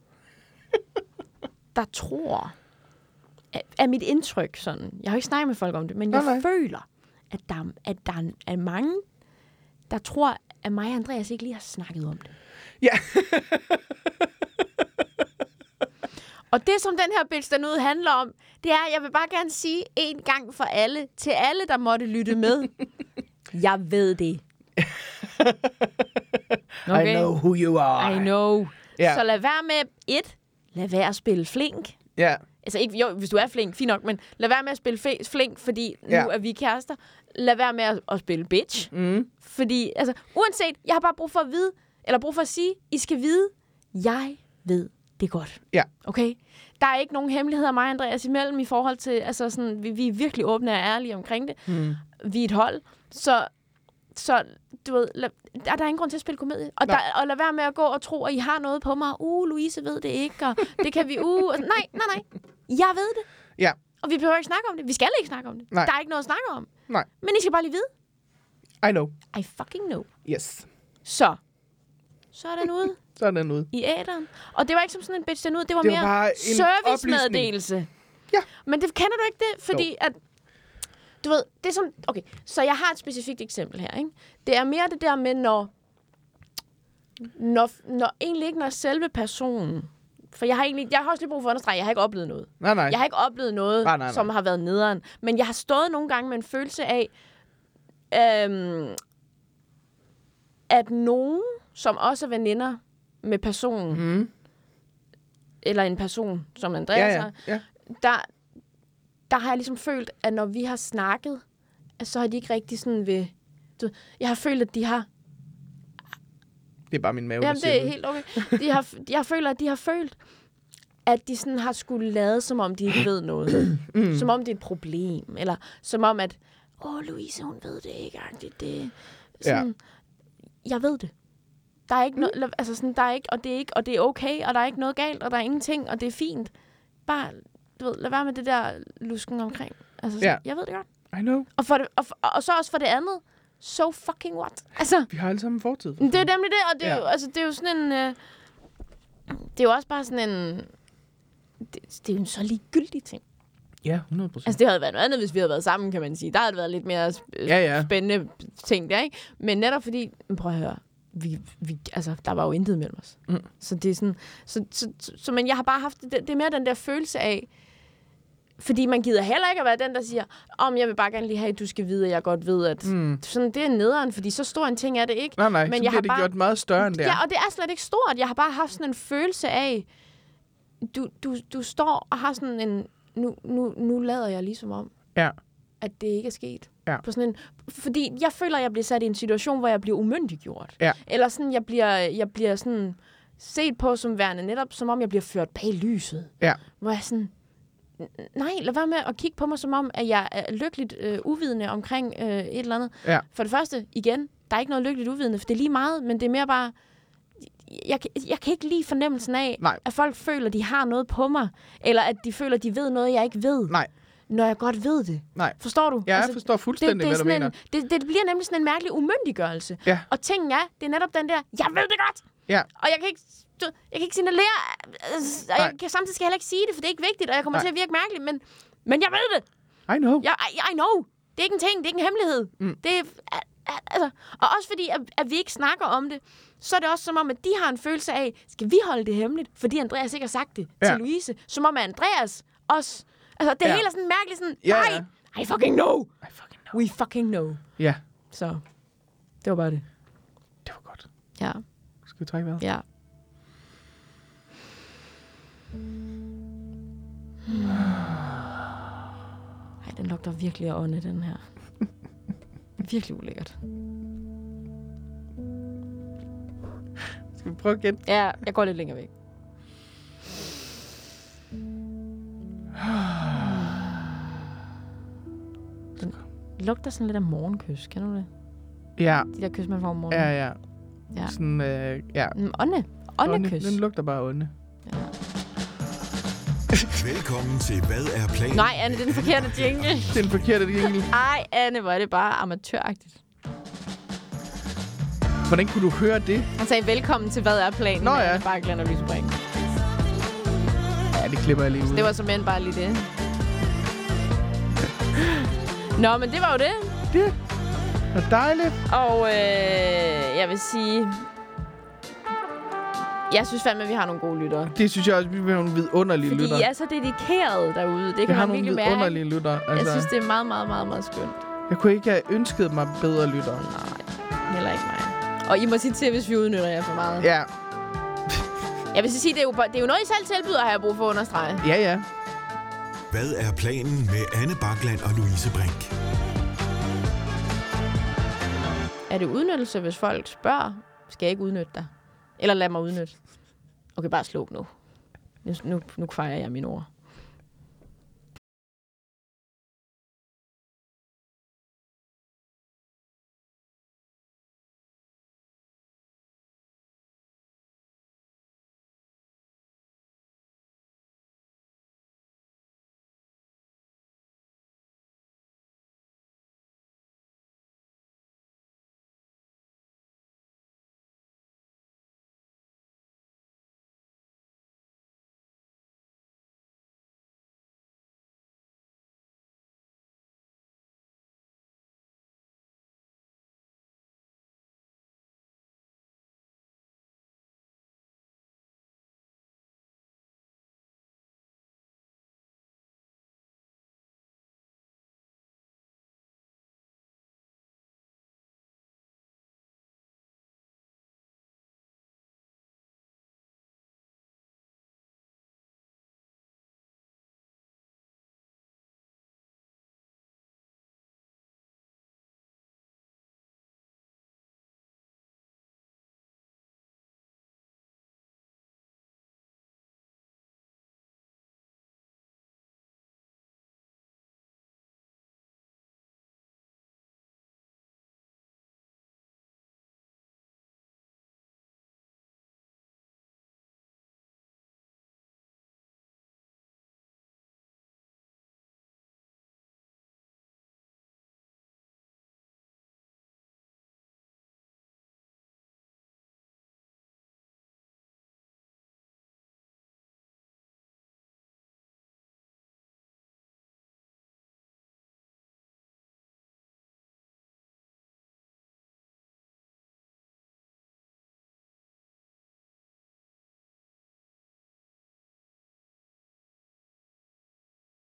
der tror, af mit indtryk sådan, jeg har ikke snakket med folk om det, men jeg føler, at der er mange, der tror, at mig og Andreas ikke lige har snakket om det. Ja. Og det, som den her bitch den ud handler om, det er, at jeg vil bare gerne sige en gang for alle, til alle, der måtte lytte med, jeg ved det. Okay. I know who you are. I know. Yeah. Så lad være med, lad være at spille flink. Ja. Yeah. Altså ikke, jo, hvis du er flink, fint nok, men lad være med at spille flink, fordi nu er vi kærester. Lad være med at spille bitch. Fordi, altså, uanset, jeg har bare brug for at vide, eller brug for at sige, I skal vide, jeg ved det godt. Ja. Okay? Der er ikke nogen hemmeligheder mig og Andreas imellem i forhold til, altså sådan, vi er virkelig åbne og ærlige omkring det. Vi er et hold. Så du ved, der er ingen grund til at spille komedie. Og lad være med at gå og tro, at I har noget på mig. Louise ved det ikke, og det kan vi, Nej. Jeg ved det. Ja. Og vi behøver ikke snakke om det. Vi skal ikke snakke om det. Nej. Der er ikke noget at snakke om. Nej. Men I skal bare lige vide. I know. I fucking know. Yes. Så er den ude. Så er den ude. I æderen. Og det var ikke som sådan en bitch, den ude. Det var mere servicemeddelelse. Ja. Men det kender du ikke det, fordi at du ved, det er som... Okay, så jeg har et specifikt eksempel her, ikke? Det er mere det der med, når egentlig ikke når selve personen... For jeg har også lige brug for at understrege, jeg har ikke oplevet noget. Nej. Jeg har ikke oplevet noget, som har været nederen. Men jeg har stået nogle gange med en følelse af, at nogen, som også er veninder med personen, eller en person, som Andreas har, der har jeg ligesom følt, at når vi har snakket, så har de ikke rigtig sådan ved... Jeg har følt, at de har... Det er bare min mave, Jamen, det er helt okay. Jeg føler, at de har følt, at de sådan har skulle lade, som om de ikke ved noget. Som om det er et problem. Eller som om, at Louise, hun ved det ikke. Det sådan, jeg ved det. Der er ikke noget, altså sådan, der er ikke, og det er ikke, og det er okay, og der er ikke noget galt, og der er ingenting, og det er fint. Bare, du ved, lad være med det der lusken omkring. Altså sådan, jeg ved det godt. I know. Og så også for det andet, so fucking what? Altså, vi har alle sammen fortid. Det er nemlig det, og det er jo, altså, det er jo sådan en... det er jo også bare sådan en... Det er jo en så ligegyldig ting. Ja, 100%. Altså, det havde været noget andet, hvis vi havde været sammen, kan man sige. Der havde det været lidt mere spændende ting der, ikke? Men netop fordi... Prøv at høre. Altså, der var jo intet mellem os. Så det er sådan... Så men jeg har bare haft... Det er mere den der følelse af... Fordi man gider heller ikke at være den, der siger, jeg vil bare gerne lige have, at du skal vide, at jeg godt ved, at sådan, det er nederen, fordi så stor en ting er det ikke. Nej, men så jeg bliver det gjort meget større end det er. Ja, og det er slet ikke stort. Jeg har bare haft sådan en følelse af, du står og har sådan en, nu lader jeg ligesom om, at det ikke er sket. Ja. På sådan en, fordi jeg føler, at jeg bliver sat i en situation, hvor jeg bliver umyndiggjort. Ja. Eller sådan, jeg bliver sådan set på som værende netop, som om jeg bliver ført bag lyset. Ja. Hvor jeg sådan... Nej, lad være med at kigge på mig, som om, at jeg er lykkeligt uvidende omkring et eller andet. Ja. For det første, igen, der er ikke noget lykkeligt uvidende, for det er lige meget, men det er mere bare... Jeg kan ikke lide fornemmelsen af, at folk føler, de har noget på mig, eller at de føler, de ved noget, jeg ikke ved. Nej. Når jeg godt ved det. Nej. Forstår du? Ja, jeg forstår fuldstændig, hvad du mener. Det bliver nemlig sådan en mærkelig umyndiggørelse. Ja. Og tingen er, det er netop den der, jeg ved det godt! Ja. Og jeg kan ikke signalere, og jeg kan samtidig heller ikke sige det, for det er ikke vigtigt, og jeg kommer til at virke mærkeligt, men jeg ved det. I know. I know. Det er ikke en ting, det er ikke en hemmelighed. Det er, altså, og også fordi, at vi ikke snakker om det, så er det også som om, at de har en følelse af, skal vi holde det hemmeligt, fordi Andreas ikke har sagt det til Louise, som om at Andreas også... Altså, det hele er sådan mærkeligt sådan, nej, I fucking know. We fucking know. Ja. Så, det var bare det. Det var godt. Ja. Skal vi trække vejret? Ja. Ej, den lugter virkelig af ånde, den her. Virkelig ulækkert. Skal vi prøve igen? Ja, jeg går lidt længere væk. Den lugter sådan lidt af morgenkys, kan du det? Ja. De der kys, man får om morgenen. Ja. Sådan, ja. Åndekys. Den lugter bare ånde. Ja. Velkommen til Hvad er planen? Nej, Anne, det er den forkerte jingle. Det er den forkerte jingle. Ej, Anne, hvor er det bare amatøragtigt. Hvordan kunne du høre det? Han sagde, velkommen til Hvad er planen? Nå ja. Bare Glenn og Lysebring. Ja, det klipper jeg lige ud. Det var som end bare lige det. Nå, men det var jo det. Det var dejligt. Og jeg vil sige... Jeg synes fandme, at vi har nogle gode lyttere. Det synes jeg også, vi har nogle vidunderlige lyttere. Fordi I er så dedikerede derude. Det kan man virkelig mærke. Vi har nogle vidunderlige lyttere. Altså. Jeg synes, det er meget, meget, meget, meget skønt. Jeg kunne ikke have ønsket mig bedre lyttere. Nej, heller ikke mig. Og I må sige til, hvis vi udnytter jer for meget. Ja. Jeg vil sige, det er jo noget, I selv tilbyder, har jeg brug for at understrege. Ja. Hvad er planen med Anne Bakland og Louise Brink? Er det udnyttelse, hvis folk spørger, skal jeg ikke udnytte dig? Eller lad mig udnytte? Okay, bare slå nu. Nu fejrer jeg mine ord.